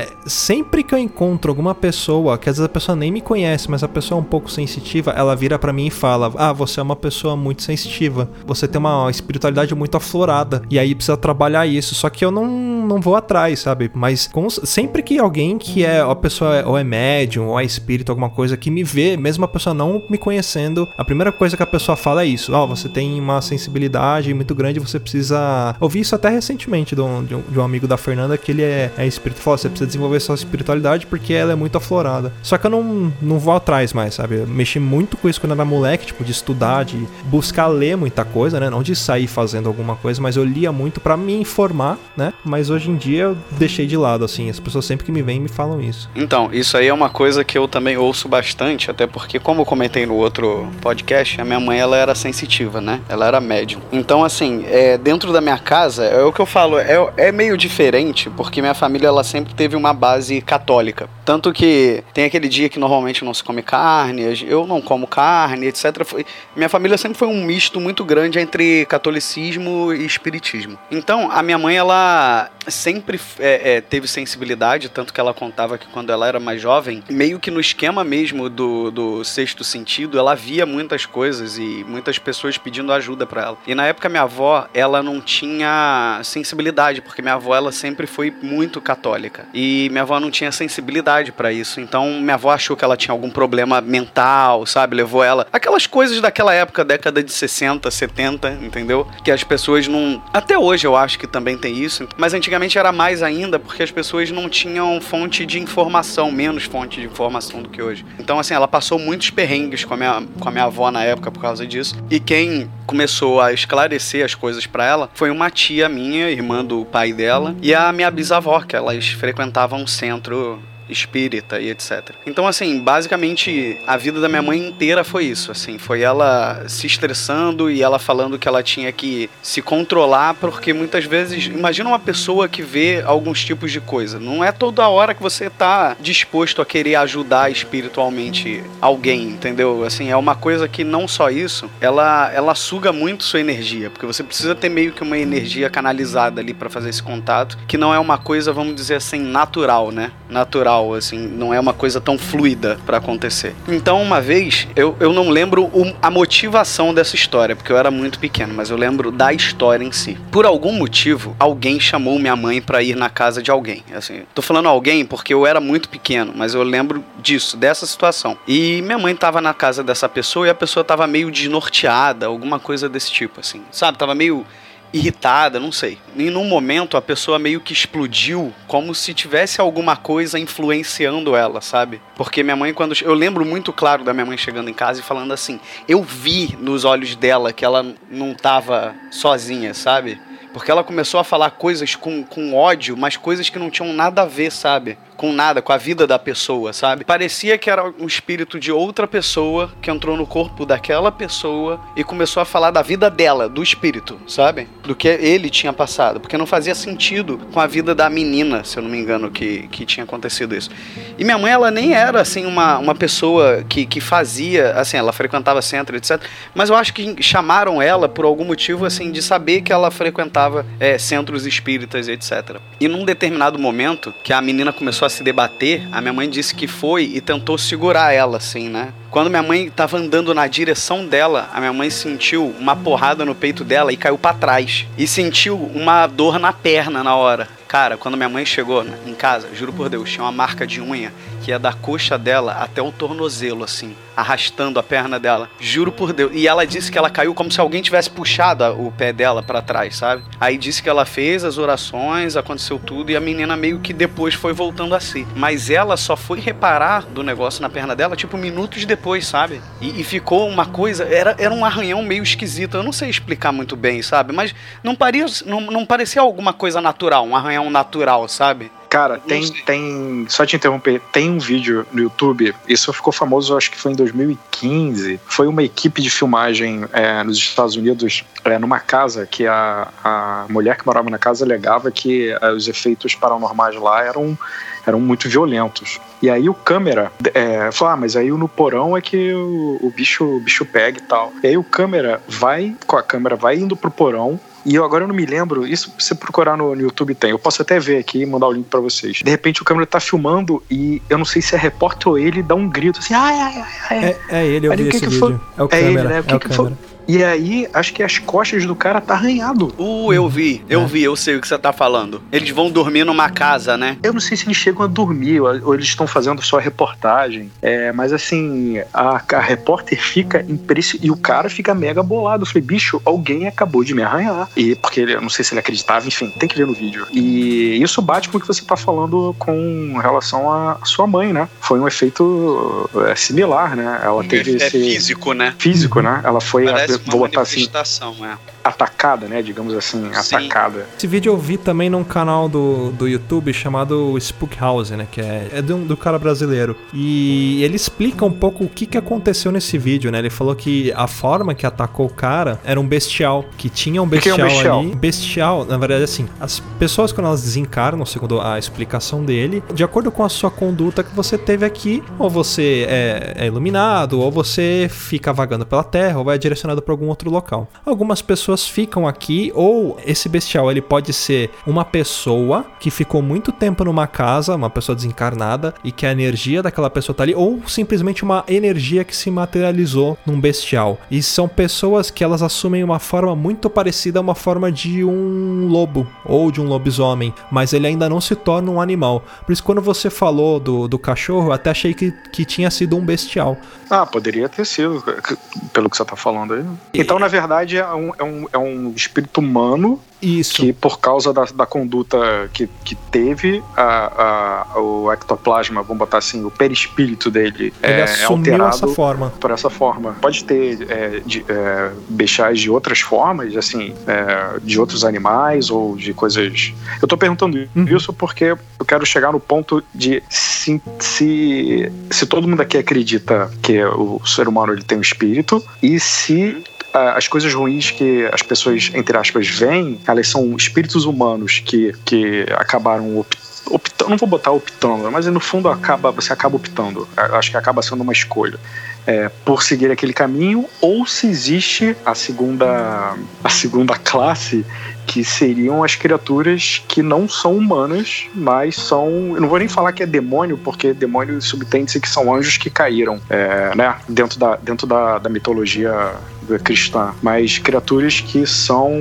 sempre que eu encontro alguma pessoa, que às vezes a pessoa nem me conhece, mas a pessoa é um pouco sensitiva, ela vira pra mim e fala: ah, você é uma pessoa muito sensitiva, você tem uma espiritualidade muito aflorada, e aí precisa trabalhar isso. Só que eu não vou atrás, sabe? Mas sempre que alguém que a pessoa ou é médium, ou é espírito, alguma coisa que me vê, mesmo a pessoa não me conhecendo, a primeira coisa que a pessoa fala é isso: você tem uma sensibilidade muito grande, você precisa... Ouvi isso até recentemente de um amigo da Fernanda, que ele é espírito. Falou: você precisa desenvolver sua espiritualidade porque ela é muito aflorada. Só que eu não vou atrás mais, sabe? Eu mexi muito com isso quando eu era moleque, tipo, de estudar, de buscar ler muita coisa, né? Não de sair fazendo alguma coisa, mas eu lia muito pra me informar, né? Mas hoje em dia eu deixei de lado, assim. As pessoas sempre que me veem me falam isso. Então, isso aí é uma coisa que eu também ouço bastante, até porque, como eu comentei no outro podcast, a minha mãe, ela era sensitiva, né? Ela era médium. Então, assim, dentro da minha casa, é o que eu falo, é meio diferente, porque minha família, ela sempre teve uma base católica. Tanto que tem aquele dia que normalmente não se come carne, eu não como carne, etc. Minha família sempre foi um misto muito grande entre catolicismo e espiritismo. Então, a minha mãe, ela sempre teve sensibilidade, tanto que ela contava que quando ela era mais jovem, meio que no esquema mesmo do sexto sentido, ela via muitas coisas e muitas pessoas pedindo ajuda pra ela. E na época minha avó, ela não tinha sensibilidade, porque minha avó, ela sempre foi muito católica. E minha avó não tinha sensibilidade pra isso. Então minha avó achou que ela tinha algum problema mental, sabe? Levou ela... Aquelas coisas daquela época, década de 60, 70, entendeu? Que as pessoas não... Até hoje eu acho que também tem isso, mas antigamente era mais ainda, porque as pessoas não tinham fonte de informação, menos fonte de informação do que hoje. Então, assim, ela passou muitos perrengues com a minha avó na época por causa disso. E quem começou a esclarecer as coisas pra ela foi uma tia minha, irmã do pai dela, e a minha bisavó, que elas frequentavam um centro espírita e etc. Então, assim, basicamente a vida da minha mãe inteira foi isso, assim, foi ela se estressando e ela falando que ela tinha que se controlar, porque muitas vezes, imagina uma pessoa que vê alguns tipos de coisa, não é toda hora que você tá disposto a querer ajudar espiritualmente alguém, entendeu? Assim, é uma coisa que não só isso, ela suga muito sua energia, porque você precisa ter meio que uma energia canalizada ali pra fazer esse contato, que não é uma coisa, vamos dizer assim, natural, né? Natural, assim, não é uma coisa tão fluida pra acontecer. Então, uma vez, eu não lembro a motivação dessa história, porque eu era muito pequeno, mas eu lembro da história em si. Por algum motivo, alguém chamou minha mãe pra ir na casa de alguém. Assim, tô falando alguém porque eu era muito pequeno, mas eu lembro disso, dessa situação. E minha mãe tava na casa dessa pessoa e a pessoa tava meio desnorteada, alguma coisa desse tipo, assim, sabe? Tava meio irritada, não sei. E num momento a pessoa meio que explodiu, como se tivesse alguma coisa influenciando ela, sabe? Porque minha mãe, quando... Eu lembro muito claro da minha mãe chegando em casa e falando assim, eu vi nos olhos dela que ela não tava sozinha, sabe? Porque ela começou a falar coisas com ódio, mas coisas que não tinham nada a ver, sabe? Com nada, com a vida da pessoa, sabe? Parecia que era um espírito de outra pessoa que entrou no corpo daquela pessoa e começou a falar da vida dela, do espírito, sabe? Do que ele tinha passado, porque não fazia sentido com a vida da menina, se eu não me engano, que tinha acontecido isso. E minha mãe, ela nem era, assim, uma pessoa que fazia, assim, ela frequentava centro, etc. Mas eu acho que chamaram ela por algum motivo, assim, de saber que ela frequentava centros espíritas, etc. E num determinado momento, que a menina começou a se debater, a minha mãe disse que foi e tentou segurar ela, assim, né? Quando minha mãe tava andando na direção dela, a minha mãe sentiu uma porrada no peito dela e caiu pra trás. E sentiu uma dor na perna na hora. Cara, quando minha mãe chegou em casa, juro por Deus, tinha uma marca de unha que ia da coxa dela até o tornozelo, assim, arrastando a perna dela. Juro por Deus. E ela disse que ela caiu como se alguém tivesse puxado o pé dela pra trás, sabe? Aí disse que ela fez as orações, aconteceu tudo, e a menina meio que depois foi voltando a si. Mas ela só foi reparar do negócio na perna dela, tipo, minutos depois, sabe? E ficou uma coisa... Era um arranhão meio esquisito. Eu não sei explicar muito bem, sabe? Mas não parecia alguma coisa natural, um arranhão natural, sabe? Cara, tem. Só te interromper, tem um vídeo no YouTube, isso ficou famoso, acho que foi em 2015. Foi uma equipe de filmagem nos Estados Unidos, numa casa que a mulher que morava na casa alegava que os efeitos paranormais lá eram muito violentos. E aí o câmera falou, mas aí no porão é que o bicho pega e tal. E aí o câmera vai indo pro porão. E agora eu não me lembro, isso se você procurar no YouTube tem, eu posso até ver aqui e mandar o link pra vocês. De repente o câmera tá filmando e eu não sei se é repórter ou ele dá um grito assim, É ele, eu vi esse vídeo. É o câmera, ele, né? O que foi? E aí, acho que as costas do cara tá arranhado. Eu vi, eu sei o que você tá falando. Eles vão dormir numa casa, né? Eu não sei se eles chegam a dormir ou eles estão fazendo só reportagem. Mas assim, a repórter fica impressionada e o cara fica mega bolado. Eu falei, bicho, alguém acabou de me arranhar. E porque eu não sei se ele acreditava, enfim, tem que ver no vídeo. E isso bate com o que você tá falando com relação à sua mãe, né? Foi um efeito similar, né? Ela teve esse... físico, né? Físico, né? Ela foi... Vou botar assim, atacada, né? Digamos assim, atacada. Esse vídeo eu vi também num canal do YouTube chamado Spook House, né? Que é do cara brasileiro. E ele explica um pouco o que aconteceu nesse vídeo, né? Ele falou que a forma que atacou o cara era um bestial. Que tinha um bestial ali. Bestial, na verdade, assim, as pessoas quando elas desencarnam, segundo a explicação dele, de acordo com a sua conduta que você teve aqui, ou você é iluminado, ou você fica vagando pela terra, ou vai direcionado para algum outro local. Algumas pessoas ficam aqui, ou esse bestial ele pode ser uma pessoa que ficou muito tempo numa casa, uma pessoa desencarnada, e que a energia daquela pessoa tá ali, ou simplesmente uma energia que se materializou num bestial. E são pessoas que elas assumem uma forma muito parecida a uma forma de um lobo, ou de um lobisomem, mas ele ainda não se torna um animal. Por isso, quando você falou do cachorro, eu até achei que tinha sido um bestial. Poderia ter sido, pelo que você tá falando aí. Então, na verdade, é um espírito humano. Isso. Que por causa da conduta que teve, o ectoplasma, vamos botar assim, o perispírito dele ele assumiu alterado essa forma. Por essa forma. Pode ter bestiais de outras formas, assim, de outros animais ou de coisas... Eu tô perguntando isso porque eu quero chegar no ponto de se todo mundo aqui acredita que o ser humano ele tem um espírito e se... as coisas ruins que as pessoas, entre aspas, veem, elas são espíritos humanos que acabaram optando, não vou botar optando, mas no fundo você acaba optando. Acho que acaba sendo uma escolha. Por seguir aquele caminho, ou se existe a segunda classe, que seriam as criaturas que não são humanas, mas são... Eu não vou nem falar que é demônio, porque demônio subtende-se que são anjos que caíram, né? Dentro da mitologia cristã, mas criaturas que são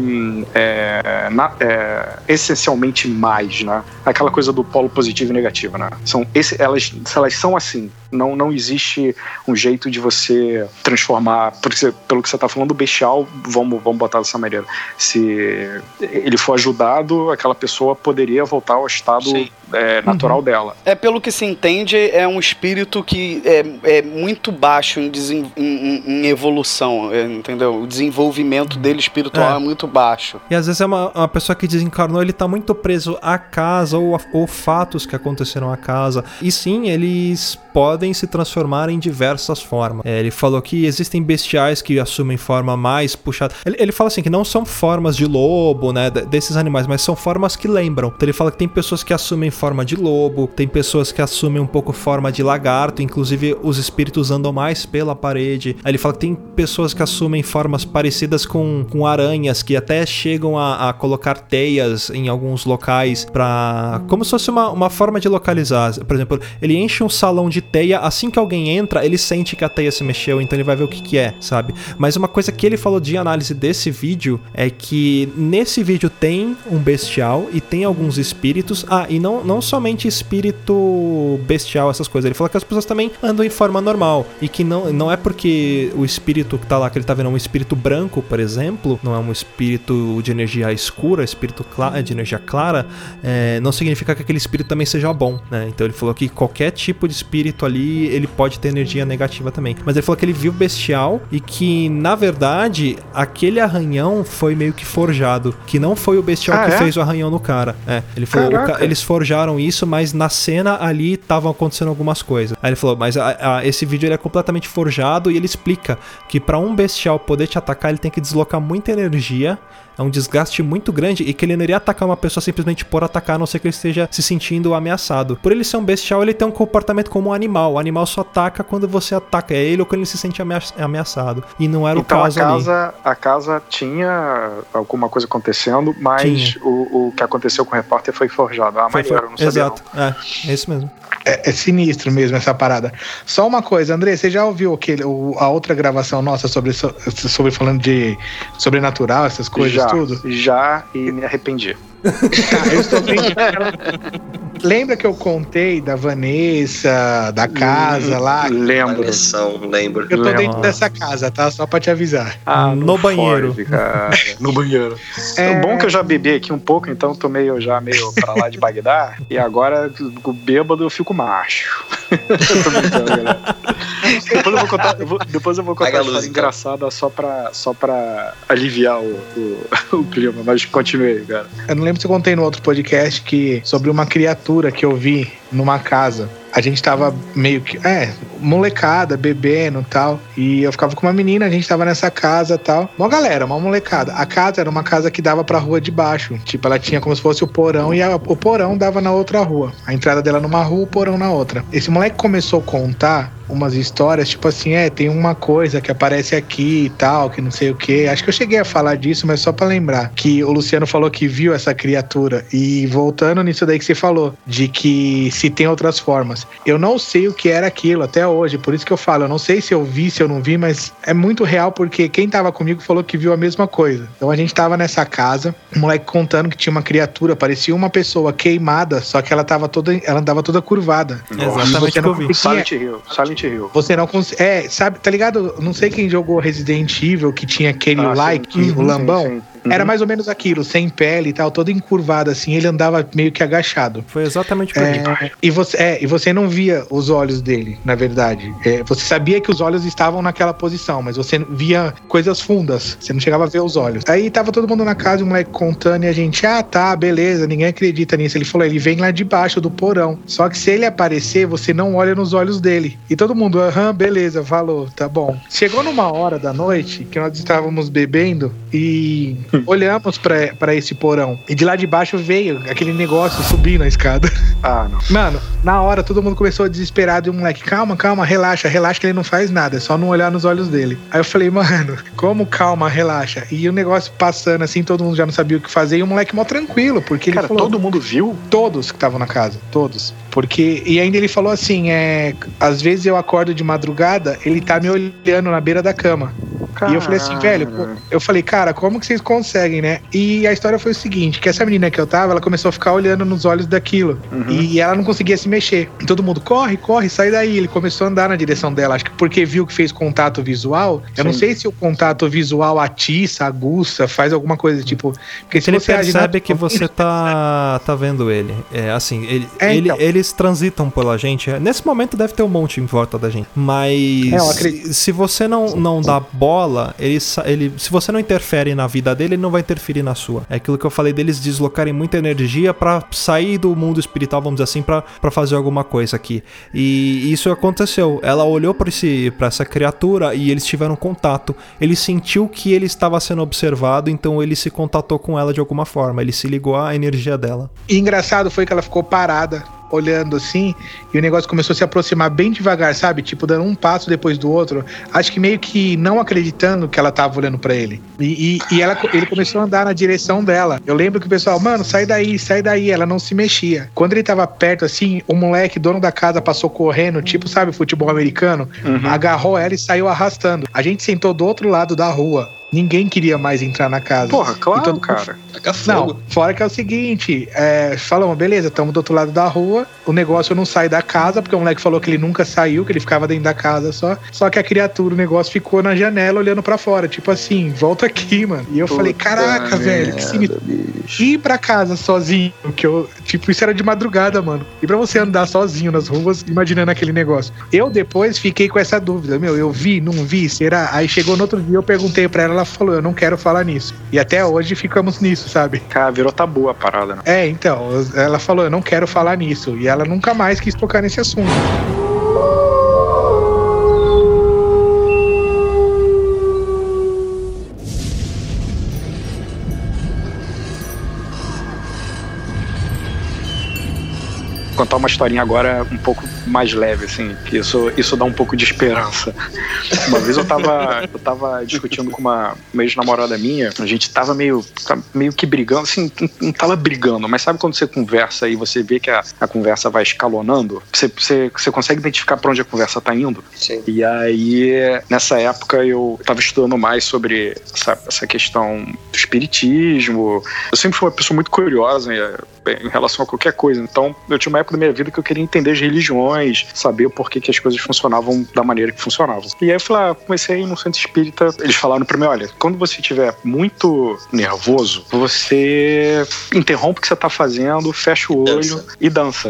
essencialmente mais, né? Aquela coisa do polo positivo e negativo, né? Elas são assim. Não existe um jeito de você transformar, pelo que você está falando, o bestial, vamos botar dessa maneira. Se ele for ajudado, aquela pessoa poderia voltar ao estado natural dela. Pelo que se entende, é um espírito que é muito baixo em evolução, entendeu? O desenvolvimento dele espiritual é muito baixo. E às vezes é uma pessoa que desencarnou, ele tá muito preso à casa ou fatos que aconteceram à casa. E sim, eles podem se transformar em diversas formas. Ele falou que existem bestiais que assumem forma mais puxada. Ele fala assim que não são formas de lobo, né, desses animais, mas são formas que lembram. Então ele fala que tem pessoas que assumem forma de lobo, tem pessoas que assumem um pouco forma de lagarto, inclusive os espíritos andam mais pela parede. Aí ele fala que tem pessoas que assumem formas parecidas com aranhas, que até chegam a colocar teias em alguns locais como se fosse uma forma de localizar. Por exemplo, ele enche um salão de teia, assim que alguém entra, ele sente que a teia se mexeu, então ele vai ver o que é, sabe? Mas uma coisa que ele falou de análise desse vídeo é que nesse vídeo tem um bestial e tem alguns espíritos, e não somente espírito bestial, essas coisas. Ele falou que as pessoas também andam em forma normal e que não é porque o espírito que tá lá, que ele tá vendo um espírito branco, por exemplo, não é um espírito de energia escura, espírito de energia clara, não significa que aquele espírito também seja bom, né? Então ele falou que qualquer tipo de espírito ali, ele pode ter energia negativa também. Mas ele falou que ele viu bestial e que, na verdade, aquele arranhão foi meio que forjado forjado, que não foi o bestial que fez o arranhão no cara. Ele falou, eles forjaram isso, mas na cena ali estavam acontecendo algumas coisas. Aí ele falou, mas esse vídeo ele é completamente forjado, e ele explica que pra um bestial poder te atacar, ele tem que deslocar muita energia, é um desgaste muito grande, e que ele não iria atacar uma pessoa simplesmente por atacar, a não ser que ele esteja se sentindo ameaçado. Por ele ser um bestial, ele tem um comportamento como um animal. O animal só ataca quando você ataca ele ou quando ele se sente ameaçado. E não era então, o caso ali. A casa tinha alguma coisa acontecendo, mas o que aconteceu com o repórter foi forjado. Maneiro, não sabia. Exato, é isso mesmo. É sinistro mesmo essa parada. Só uma coisa, André, você já ouviu a outra gravação nossa sobre falando de sobrenatural, essas coisas, tudo? Já, e me arrependi. Eu estou bem... Lembra que eu contei da Vanessa, da casa lá? Lembro. Eu tô dentro dessa casa, tá? Só pra te avisar. No banheiro. No banheiro. É bom que eu já bebi aqui um pouco, então tô meio pra lá de Bagdá. E agora, com bêbado, eu fico macho. Tô brincando, galera. Depois eu vou contar uma história engraçada só pra aliviar o clima. Mas continue aí, cara. Eu não lembro se eu contei no outro podcast sobre uma criatura que eu vi numa casa. A gente tava meio que, molecada, bebendo e tal. E eu ficava com uma menina, a gente tava nessa casa e tal. Uma galera, uma molecada. A casa era uma casa que dava pra rua de baixo. Tipo, ela tinha como se fosse o porão e o porão dava na outra rua. A entrada dela numa rua, o porão na outra. Esse moleque começou a contar umas histórias, tipo assim, tem uma coisa que aparece aqui e tal, que não sei o que. Acho que eu cheguei a falar disso, mas só pra lembrar. Que o Luciano falou que viu essa criatura. E voltando nisso daí que você falou, de que se tem outras formas. Eu não sei o que era aquilo até hoje, por isso que eu falo, eu não sei se eu vi, se eu não vi, mas é muito real, porque quem tava comigo falou que viu a mesma coisa. Então a gente tava nessa casa, o moleque contando que tinha uma criatura, parecia uma pessoa queimada, só que ela andava toda curvada. Exatamente o que eu vi. Silent Hill. Você não consegue. Sabe, tá ligado? Não sei quem jogou Resident Evil, que tinha aquele o lambão. Sim. Era mais ou menos aquilo, sem pele e tal, todo encurvado assim, ele andava meio que agachado. Foi exatamente por aí. E você não via os olhos dele, na verdade. Você sabia que os olhos estavam naquela posição, mas você via coisas fundas, você não chegava a ver os olhos. Aí tava todo mundo na casa, o moleque contando, e a gente, tá, beleza, ninguém acredita nisso. Ele falou, ele vem lá debaixo do porão. Só que se ele aparecer, você não olha nos olhos dele. E todo mundo, beleza, falou, tá bom. Chegou numa hora da noite, que nós estávamos bebendo, e olhamos pra esse porão. E de lá de baixo veio aquele negócio subindo a escada. Não. Mano, na hora todo mundo começou desesperado e o moleque, calma, relaxa que ele não faz nada, é só não olhar nos olhos dele. Aí eu falei, mano, como calma, relaxa? E o negócio passando assim, todo mundo já não sabia o que fazer, e o moleque mó tranquilo, porque ele falou... todo mundo viu? Todos que estavam na casa, todos. E ainda ele falou assim, às vezes eu acordo de madrugada, ele tá me olhando na beira da cama. E eu falei assim, velho, cara, como que vocês conseguem, né? E a história foi o seguinte, que essa menina que eu tava, ela começou a ficar olhando nos olhos daquilo. E ela não conseguia se mexer. E todo mundo, corre, sai daí. Ele começou a andar na direção dela, acho que porque viu que fez contato visual. Eu não sei se o contato visual atiça, aguça, faz alguma coisa, tipo... Porque se ele você percebe que você tá vendo ele. Assim, eles transitam pela gente. Nesse momento deve ter um monte em volta da gente. Mas se você não dá bola, se você não interfere na vida dele, ele não vai interferir na sua. É aquilo que eu falei deles deslocarem muita energia pra sair do mundo espiritual, vamos dizer assim, pra fazer alguma coisa aqui. E isso aconteceu. Ela olhou pra essa criatura e eles tiveram contato. Ele sentiu que ele estava sendo observado, então ele se contatou com ela de alguma forma. Ele se ligou à energia dela. E engraçado foi que ela ficou parada, olhando assim, e o negócio começou a se aproximar bem devagar, sabe? Tipo, dando um passo depois do outro. Acho que meio que não acreditando que ela tava olhando pra ele. E ele começou a andar na direção dela. Eu lembro que o pessoal, mano, sai daí. Ela não se mexia. Quando ele tava perto, assim, o moleque, dono da casa, passou correndo, tipo, sabe, futebol americano, agarrou ela e saiu arrastando. A gente sentou do outro lado da rua. Ninguém queria mais entrar na casa. Porra, claro, cara. Não, fora que é o seguinte, falamos, beleza, estamos do outro lado da rua, o negócio não sai da casa, porque o moleque falou que ele nunca saiu, que ele ficava dentro da casa só que a criatura, o negócio ficou na janela olhando pra fora, tipo assim, volta aqui, mano. E eu falei, caraca, velho, que sinistro. Ir pra casa sozinho, isso era de madrugada, mano. E pra você andar sozinho nas ruas, imaginando aquele negócio. Eu depois fiquei com essa dúvida, eu vi, não vi, será? Aí chegou no outro dia, eu perguntei pra ela ela falou, eu não quero falar nisso. E até hoje ficamos nisso, sabe? Cara, virou tabu a parada, né? Então, ela falou, eu não quero falar nisso. E ela nunca mais quis tocar nesse assunto. Vou contar uma historinha agora um pouco mais leve, assim, que isso dá um pouco de esperança. Uma vez eu tava discutindo com uma ex-namorada minha, a gente tava meio que brigando, assim, não tava brigando, mas sabe quando você conversa e você vê que a conversa vai escalonando? Você consegue identificar pra onde a conversa tá indo? Sim. E aí, nessa época, eu tava estudando mais sobre essa questão do espiritismo. Eu sempre fui uma pessoa muito curiosa em relação a qualquer coisa, então eu tinha uma época da minha vida que eu queria entender as religiões, saber o porquê que as coisas funcionavam da maneira que funcionavam. E aí eu falei, comecei a ir no centro espírita, eles falaram pra mim, olha, quando você estiver muito nervoso, você interrompe o que você tá fazendo, fecha o olho e dança.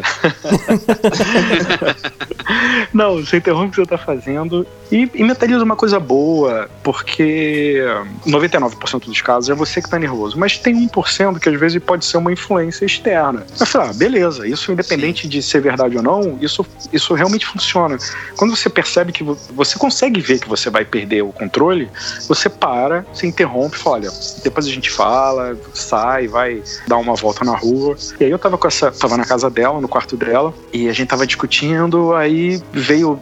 Não, você interrompe o que você tá fazendo e mentaliza uma coisa boa, porque 99% dos casos é você que tá nervoso, mas tem 1% que às vezes pode ser uma influência externa. Eu falei, beleza, isso independente de ser verdade ou não, isso realmente funciona. Quando você percebe que você consegue ver que você vai perder o controle, você para, se interrompe e fala, olha, depois a gente fala, sai, vai dar uma volta na rua. E aí eu tava na casa dela, no quarto dela, e a gente tava discutindo, aí veio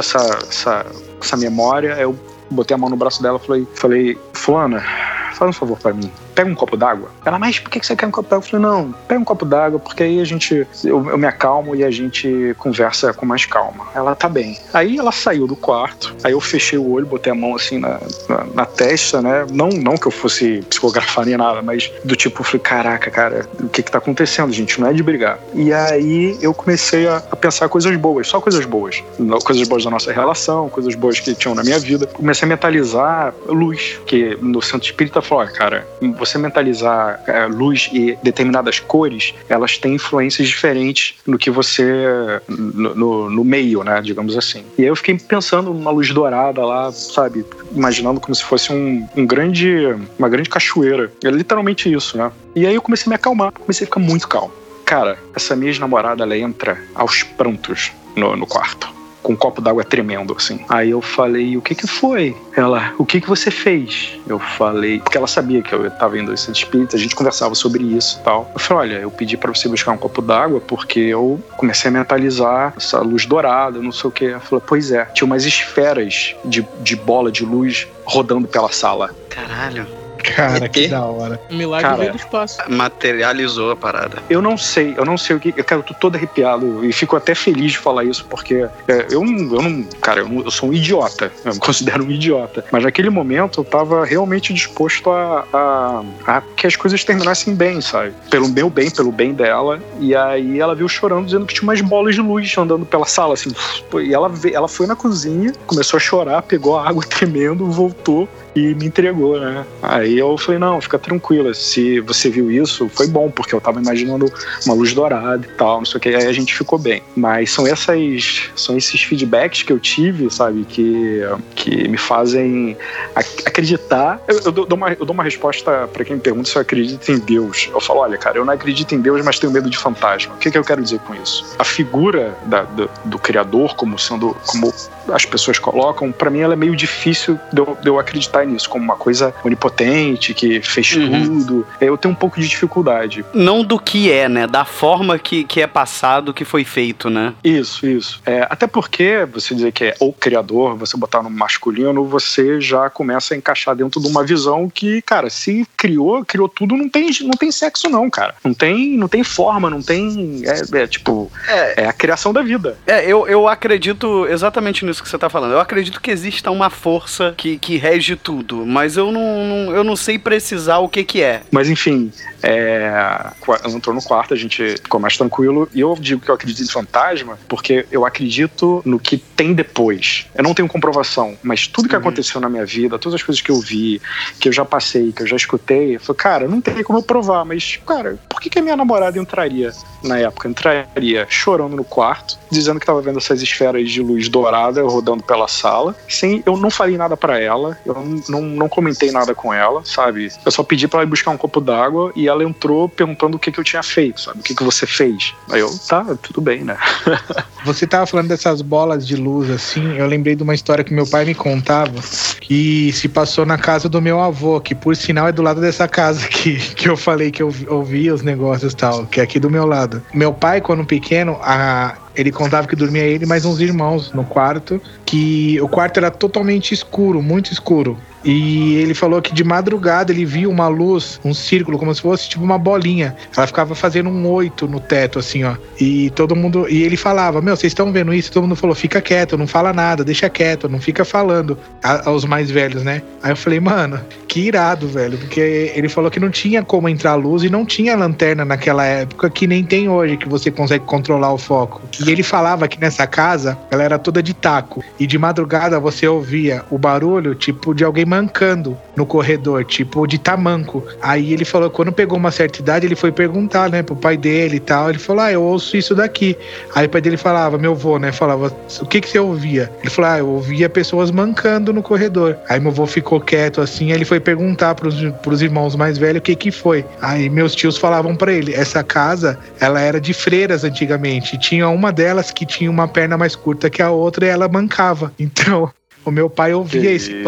essa memória, eu botei a mão no braço dela e falei, fulana, faz um favor pra mim, pega um copo d'água. Ela, mas por que você quer um copo d'água? Eu falei, não, pega um copo d'água, porque aí eu me acalmo e a gente conversa com mais calma. Ela, tá bem. Aí ela saiu do quarto, aí eu fechei o olho, botei a mão assim na testa, né? Não que eu fosse psicografar nem nada, mas do tipo, eu falei, caraca, cara, o que tá acontecendo, gente? Não é de brigar. E aí eu comecei a pensar coisas boas, só coisas boas. Coisas boas da nossa relação, coisas boas que tinham na minha vida. Comecei a mentalizar luz, que no centro espírita falou, olha, cara, você mentalizar luz e determinadas cores, elas têm influências diferentes no que você no meio, né, digamos assim. E aí eu fiquei pensando numa luz dourada lá, sabe, imaginando como se fosse uma grande cachoeira. É literalmente isso, né? E aí eu comecei a me acalmar, comecei a ficar muito calmo. Cara, essa minha ex-namorada, ela entra aos prantos no quarto, com um copo d'água tremendo, assim. Aí eu falei, o que foi? Ela, o que você fez? Eu falei, porque ela sabia que eu tava indo ao centro espírita, a gente conversava sobre isso e tal. Eu falei, olha, eu pedi pra você buscar um copo d'água porque eu comecei a mentalizar essa luz dourada, não sei o que. Ela falou, pois é, tinha umas esferas de bola de luz rodando pela sala. Caralho. Cara, que da hora. Milagre veio do espaço. Materializou a parada. Eu não sei o que. Eu tô todo arrepiado e fico até feliz de falar isso, porque eu sou um idiota. Eu me considero um idiota. Mas naquele momento eu tava realmente disposto a que as coisas terminassem bem, sabe? Pelo meu bem, pelo bem dela. E aí ela veio chorando, dizendo que tinha umas bolas de luz andando pela sala, assim. E ela foi na cozinha, começou a chorar, pegou a água tremendo, voltou e me entregou, né? Aí eu falei, não, fica tranquila, se você viu isso, foi bom, porque eu tava imaginando uma luz dourada e tal, não sei o que, aí a gente ficou bem. Mas são esses feedbacks que eu tive, sabe, que me fazem acreditar. Eu dou uma resposta pra quem me pergunta se eu acredito em Deus. Eu falo, olha, cara, eu não acredito em Deus, mas tenho medo de fantasma. O que eu quero dizer com isso? A figura do Criador, como as pessoas colocam, pra mim ela é meio difícil de eu acreditar nisso, como uma coisa onipotente, que fez tudo. Eu tenho um pouco de dificuldade. Não do que é, né? Da forma que é passado, que foi feito, né? Isso. Até porque você dizer que é o criador, você botar no masculino, você já começa a encaixar dentro de uma visão que, cara, se criou tudo, não tem sexo não, cara. Não tem forma, não tem... É a criação da vida. Eu acredito exatamente nisso que você tá falando. Eu acredito que exista uma força que rege tudo, mas eu não sei precisar o que é. Mas enfim, ela entrou no quarto, a gente ficou mais tranquilo. E eu digo que eu acredito em fantasma porque eu acredito no que tem depois. Eu não tenho comprovação, mas tudo que aconteceu na minha vida, todas as coisas que eu vi, que eu já passei, que eu já escutei, eu falei, cara, não tem como eu provar, mas, cara, por que a minha namorada entraria na época? Entraria chorando no quarto, dizendo que tava vendo essas esferas de luz dourada rodando pela sala, sem, eu não falei nada pra ela, eu não comentei nada com ela, sabe? Eu só pedi pra ela ir buscar um copo d'água e ela entrou perguntando o que eu tinha feito, sabe? O que você fez? Aí eu, tá, tudo bem, né? Você tava falando dessas bolas de luz, assim, eu lembrei de uma história que meu pai me contava, que se passou na casa do meu avô, que por sinal é do lado dessa casa que eu falei que eu ouvi os negócios e tal, que é aqui do meu lado. Meu pai, quando pequeno, ele contava que dormia ele e mais uns irmãos no quarto, que o quarto era totalmente escuro, muito escuro. E ele falou que de madrugada ele viu uma luz, um círculo, como se fosse tipo uma bolinha. Ela ficava fazendo um 8 no teto, assim, ó. E todo mundo... E ele falava, vocês estão vendo isso? Todo mundo falou, fica quieto, não fala nada, deixa quieto, não fica falando. Aos mais velhos, né? Aí eu falei, mano, que irado, velho. Porque ele falou que não tinha como entrar luz e não tinha lanterna naquela época, que nem tem hoje, que você consegue controlar o foco. E ele falava que nessa casa, ela era toda de taco. E de madrugada você ouvia o barulho, tipo, de alguém mancando no corredor, tipo de tamanco. Aí ele falou, quando pegou uma certa idade, ele foi perguntar, né, pro pai dele e tal. Ele falou, eu ouço isso daqui. Aí o pai dele falava, meu avô, né, falava, o que você ouvia? Ele falou, eu ouvia pessoas mancando no corredor. Aí meu avô ficou quieto assim, aí ele foi perguntar pros irmãos mais velhos o que foi. Aí meus tios falavam pra ele, essa casa, ela era de freiras antigamente. Tinha uma delas que tinha uma perna mais curta que a outra e ela mancava. Então... O meu pai ouvia esse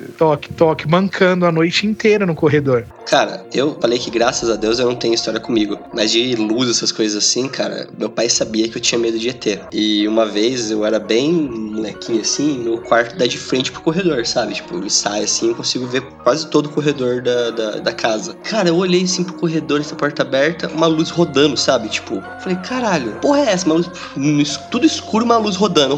toque, mancando a noite inteira no corredor. Cara, eu falei que graças a Deus eu não tenho história comigo. Mas de luz, essas coisas assim, cara, meu pai sabia que eu tinha medo de ET. E uma vez eu era bem molequinho assim, no quarto dá de frente pro corredor, sabe? Tipo, ele sai assim, eu consigo ver quase todo o corredor da casa. Cara, eu olhei assim pro corredor, essa porta aberta, uma luz rodando, sabe? Tipo, falei, caralho, porra é essa? Uma luz, tudo escuro, uma luz rodando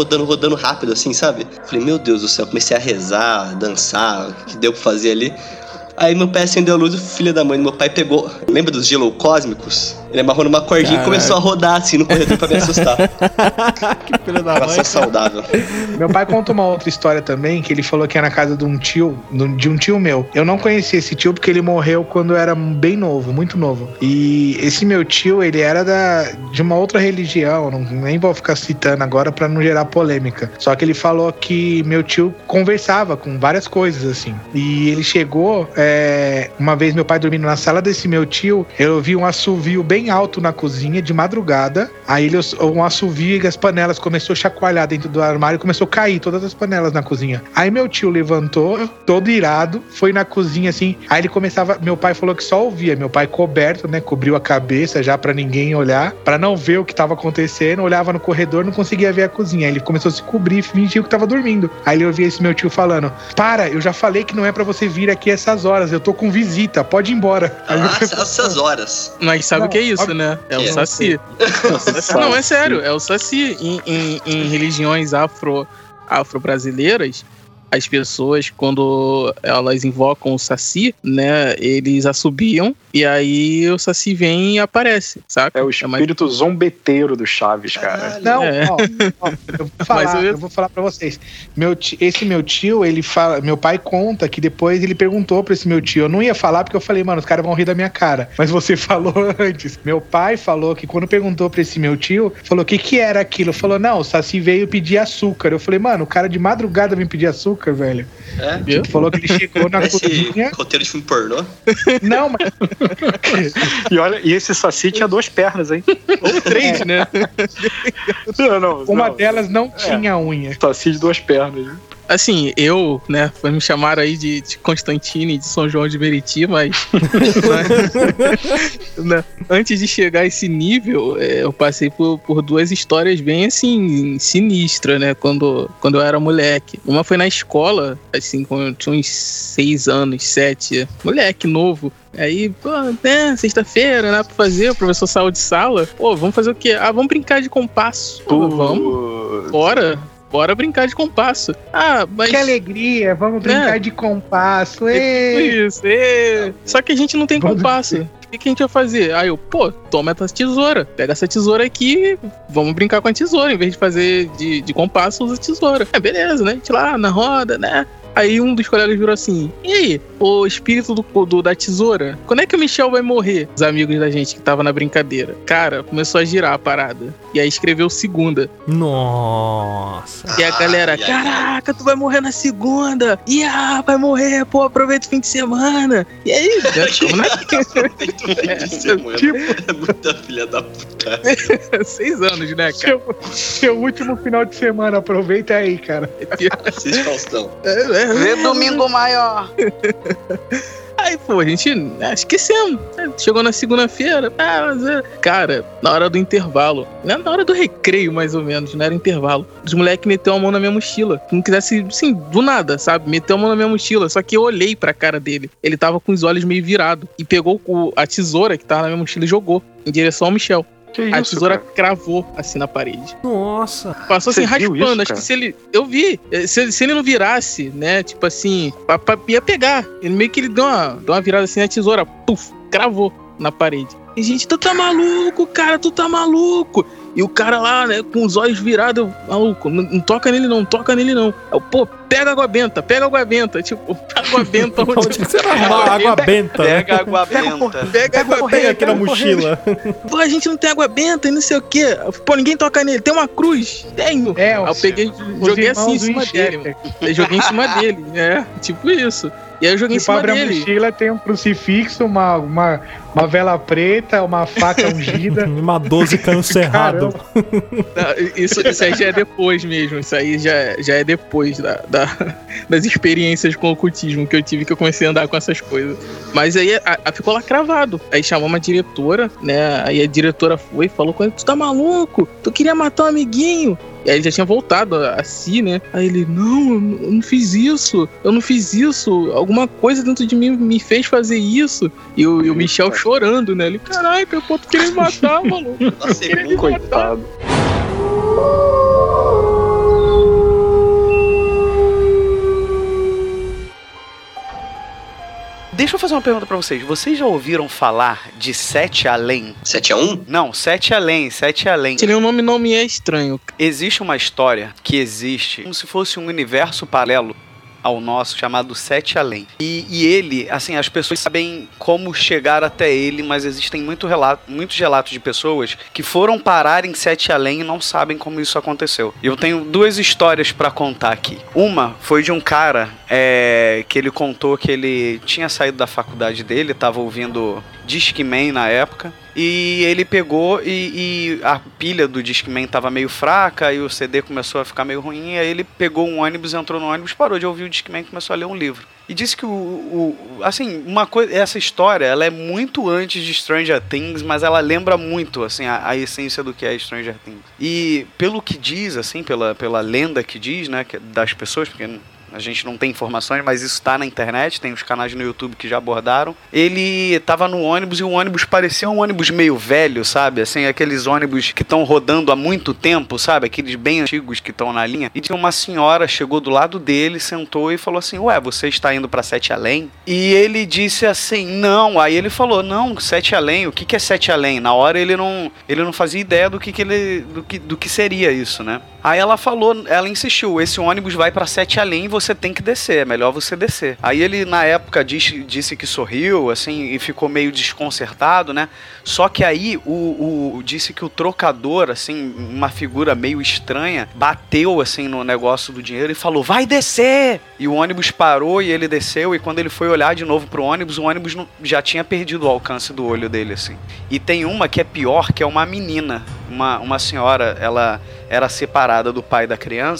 rápido assim, sabe? Falei, meu Deus do céu, comecei a rezar, dançar, o que deu pra fazer ali. Aí meu pai acendeu a luz, o filho da mãe do meu pai pegou... Lembra dos gelo cósmicos? Ele amarrou numa cordinha e começou a rodar assim no corredor pra me assustar. Que filho da mãe. Relação saudável. Meu pai conta uma outra história também, que ele falou que é na casa de um tio meu. Eu não conhecia esse tio porque ele morreu quando eu era bem novo, muito novo. E esse meu tio, ele era de uma outra religião, nem vou ficar citando agora pra não gerar polêmica. Só que ele falou que meu tio conversava com várias coisas, assim. E ele chegou... uma vez meu pai dormindo na sala desse meu tio, eu ouvi um assovio bem alto na cozinha de madrugada. Aí um assovio e as panelas começou a chacoalhar dentro do armário e começou a cair todas as panelas na cozinha. Aí meu tio levantou, todo irado, foi na cozinha assim. Aí ele começava, meu pai falou que só ouvia, meu pai coberto, né, cobriu a cabeça já pra ninguém olhar, pra não ver o que tava acontecendo, olhava no corredor, não conseguia ver a cozinha. Aí ele começou a se cobrir e fingiu que tava dormindo. Aí ele ouvia esse meu tio falando, para, eu já falei que não é pra você vir aqui essas horas, eu tô com visita, pode ir embora. Essas horas. Mas sabe o que é isso, né? É o Saci. Não, é sério, é o Saci. Em religiões afro-brasileiras, as pessoas, quando elas invocam o Saci, né, eles assobiam e aí o Saci vem e aparece, saca? É o espírito zombeteiro do Chaves, cara. Não, eu vou falar pra vocês. Esse meu tio, ele fala, meu pai conta que depois ele perguntou pra esse meu tio, eu não ia falar porque eu falei, mano, os caras vão rir da minha cara, mas você falou antes. Meu pai falou que quando perguntou pra esse meu tio, falou, o que era aquilo? Falou, não, o Saci veio pedir açúcar. Eu falei, mano, o cara de madrugada vem pedir açúcar, velho. Tipo, falou que ele chegou na cozinha. Roteiro de filme pornô? Não, mas... E esse Saci tinha 2 pernas, hein? Ou 3, né? Uma delas não tinha unha. Saci de 2 pernas. Assim, né, me chamaram aí de Constantine, de São João de Meriti, mas né, antes de chegar a esse nível, eu passei por 2 histórias bem, assim, sinistras, né, quando eu era moleque. Uma foi na escola, assim, quando eu tinha uns 6 anos, 7, moleque novo. Aí, né, sexta-feira, né, pra fazer, o professor saiu de sala, vamos fazer o quê? Vamos brincar de compasso. Vamos, bora. bora brincar de compasso. Ah, mas... Que alegria, vamos brincar de compasso. Isso, Só que a gente não tem compasso. O que a gente vai fazer? Aí eu, toma essa tesoura. Pega essa tesoura aqui, vamos brincar com a tesoura. Em vez de fazer de compasso, usa a tesoura. Beleza, né? A gente lá na roda, né? Aí um dos colegas virou assim: e aí, o espírito da tesoura, quando é que o Michel vai morrer? Os amigos da gente que tava na brincadeira. Cara, começou a girar a parada. E aí escreveu segunda. Nossa. E a galera, caraca, tu vai morrer na segunda. Vai morrer, aproveita o fim de semana. E aí, é muita filha da puta. 6 anos, né, cara? Seu último final de semana, aproveita aí, cara. Assiste Faustão. Vê Domingo Maior. Aí, a gente esquecemos. Chegou na segunda-feira. Cara, na hora do intervalo, na hora do recreio, mais ou menos, não era intervalo, os moleques meteu a mão na minha mochila. Se não quisesse, assim, do nada, sabe? Meteu a mão na minha mochila. Só que eu olhei pra cara dele. Ele tava com os olhos meio virados. E pegou a tesoura que tava na minha mochila e jogou em direção ao Michel. A tesoura cravou assim na parede. Nossa. Passou assim, raspando. Isso, acho que se ele... Eu vi. Se ele não virasse, né? Tipo assim, ia pegar. Ele meio que ele deu uma virada assim na tesoura. Puf, cravou na parede. E, gente, tu tá maluco, cara, tu tá maluco. E o cara lá, né, com os olhos virados, maluco, não toca nele não, toca nele não. Eu, pega água benta. Tipo, água benta. Onde você vai arrumar água benta? Pega água benta. Pega água benta. Aqui na mochila. A gente não tem água benta e não sei o quê. Ninguém toca nele. Tem uma cruz? Tenho. Aí eu peguei, joguei assim em cima dele. Mano. Eu joguei em cima dele. Tipo isso. E aí eu joguei em cima dele. A mochila tem um crucifixo, uma vela preta, uma faca ungida. Uma 12 cano cerrado. Isso aí já é depois mesmo. Isso aí já é depois das experiências com o ocultismo que eu tive, que eu comecei a andar com essas coisas. Mas aí ficou lá cravado. Aí chamou uma diretora, né? Aí a diretora foi e falou com ele: tu tá maluco? Tu queria matar um amiguinho? E aí ele já tinha voltado a si, né? Aí ele: não, eu não fiz isso. Alguma coisa dentro de mim me fez fazer isso. E o Michel chorando, né? Ele: caraca, tu queria me matar, maluco. Nossa, é muito coitado. Deixa eu fazer uma pergunta pra vocês. Vocês já ouviram falar de Sete Além? 7 a 1? Não, Sete Além. Seria um nome não me é estranho. Existe uma história que existe como se fosse um universo paralelo ao nosso, chamado Sete Além. E ele, assim, as pessoas sabem como chegar até ele, mas existem muitos relatos de pessoas que foram parar em Sete Além e não sabem como isso aconteceu. Eu tenho 2 histórias pra contar aqui. Uma foi de um cara que ele contou que ele tinha saído da faculdade dele, tava ouvindo Discman na época, e ele pegou e a pilha do Discman tava meio fraca e o CD começou a ficar meio ruim, e aí ele pegou um ônibus, entrou no ônibus, parou de ouvir o Discman e começou a ler um livro. E disse que assim, uma coisa, essa história, ela é muito antes de Stranger Things, mas ela lembra muito, assim, a essência do que é Stranger Things. E pelo que diz, assim, pela lenda que diz, né, das pessoas, porque a gente não tem informações, mas isso tá na internet, tem os canais no YouTube que já abordaram. Ele tava no ônibus e o ônibus parecia um ônibus meio velho, sabe? Assim, aqueles ônibus que estão rodando há muito tempo, sabe? Aqueles bem antigos que estão na linha. E uma senhora chegou do lado dele, sentou e falou assim: ué, você está indo pra Sete Além? E ele disse assim: não. Aí ele falou: não, Sete Além, o que é Sete Além? Na hora ele não fazia ideia do que seria isso, né? Aí ela insistiu: esse ônibus vai pra Sete Além e você tem que descer, é melhor você descer. Aí ele, na época, disse que sorriu, assim, e ficou meio desconcertado, né? Só que aí, disse que o trocador, assim, uma figura meio estranha, bateu, assim, no negócio do dinheiro e falou: vai descer! E o ônibus parou e ele desceu, e quando ele foi olhar de novo pro ônibus, o ônibus já tinha perdido o alcance do olho dele, assim. E tem uma que é pior, que é uma menina, uma senhora, ela era separada do pai da criança,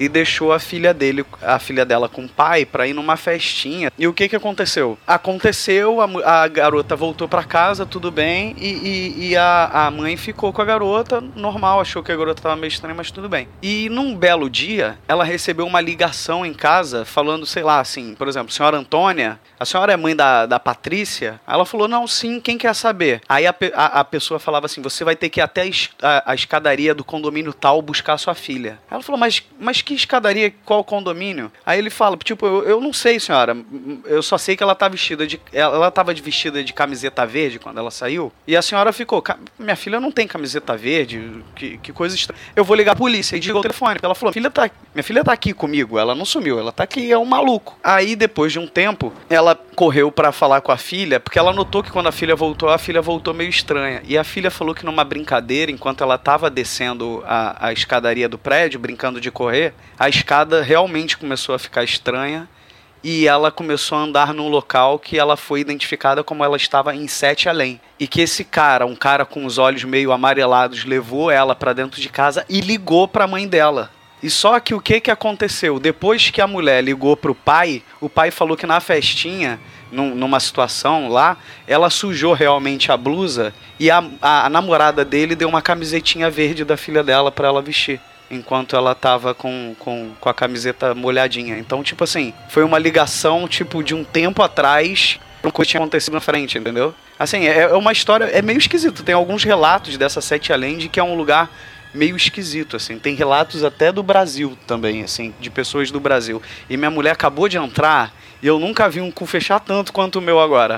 e deixou a filha dela com o pai pra ir numa festinha. E o que aconteceu? A garota voltou pra casa, tudo bem, e a mãe ficou com a garota, normal, achou que a garota tava meio estranha, mas tudo bem. E num belo dia, ela recebeu uma ligação em casa, falando, sei lá, assim, por exemplo, senhora Antônia, a senhora é mãe da Patrícia? Ela falou, não, sim, quem quer saber? Aí a pessoa falava assim, você vai ter que ir até a escadaria do condomínio tal buscar sua filha. Ela falou, mas que escadaria, qual condomínio? Aí ele fala, tipo, eu não sei, senhora, eu só sei que ela tava vestida de camiseta verde quando ela saiu, e a senhora ficou, minha filha não tem camiseta verde, que coisa estranha. Eu vou ligar a polícia, e desligou o telefone. Ela falou, minha filha tá aqui comigo, ela não sumiu, ela tá aqui, é um maluco. Aí depois de um tempo, ela correu pra falar com a filha, porque ela notou que quando a filha voltou meio estranha, e a filha falou que numa brincadeira, enquanto ela tava descendo a escadaria do prédio, brincando de correr, a escada realmente começou a ficar estranha, e ela começou a andar num local que ela foi identificada como ela estava em 7 além. E que esse cara, um cara com os olhos meio amarelados, levou ela pra dentro de casa e ligou pra mãe dela. E só que o que aconteceu? Depois que a mulher ligou pro pai, o pai falou que na festinha, numa situação lá, ela sujou realmente a blusa e a namorada dele deu uma camisetinha verde da filha dela pra ela vestir, enquanto ela tava com a camiseta molhadinha. Então, tipo assim, foi uma ligação, tipo, de um tempo atrás pra uma coisa que tinha acontecido na frente, entendeu? Assim, é uma história, é meio esquisito. Tem alguns relatos dessa 7 além de que é um lugar meio esquisito, assim. Tem relatos até do Brasil também, assim, de pessoas do Brasil. E minha mulher acabou de entrar e eu nunca vi um cu fechar tanto quanto o meu agora.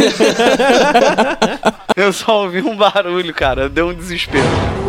Eu só ouvi um barulho, cara. Deu um desespero.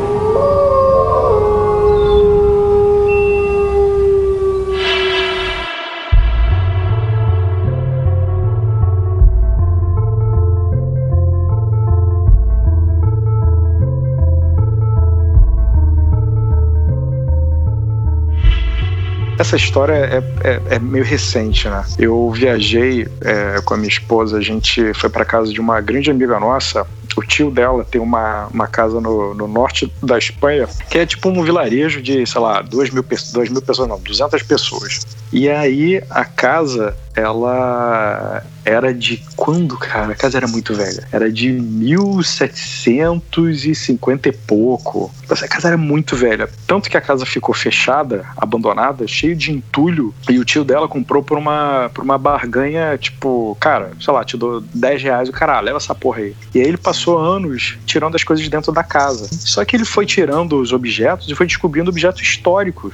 Essa história é meio recente, né? Eu viajei com a minha esposa, a gente foi para casa de uma grande amiga nossa. O tio dela tem uma casa no norte da Espanha, que é tipo um vilarejo de, sei lá, 2.000 pessoas, não, 200 pessoas. E aí a casa, ela era de quando, cara? A casa era muito velha. Era de 1750 e pouco. Essa casa era muito velha. Tanto que a casa ficou fechada, abandonada, cheio de entulho. E o tio dela comprou por uma barganha, tipo, cara, sei lá, te dou R$10, o cara, leva essa porra aí. E aí ele passou anos tirando as coisas de dentro da casa. Só que ele foi tirando os objetos e foi descobrindo objetos históricos.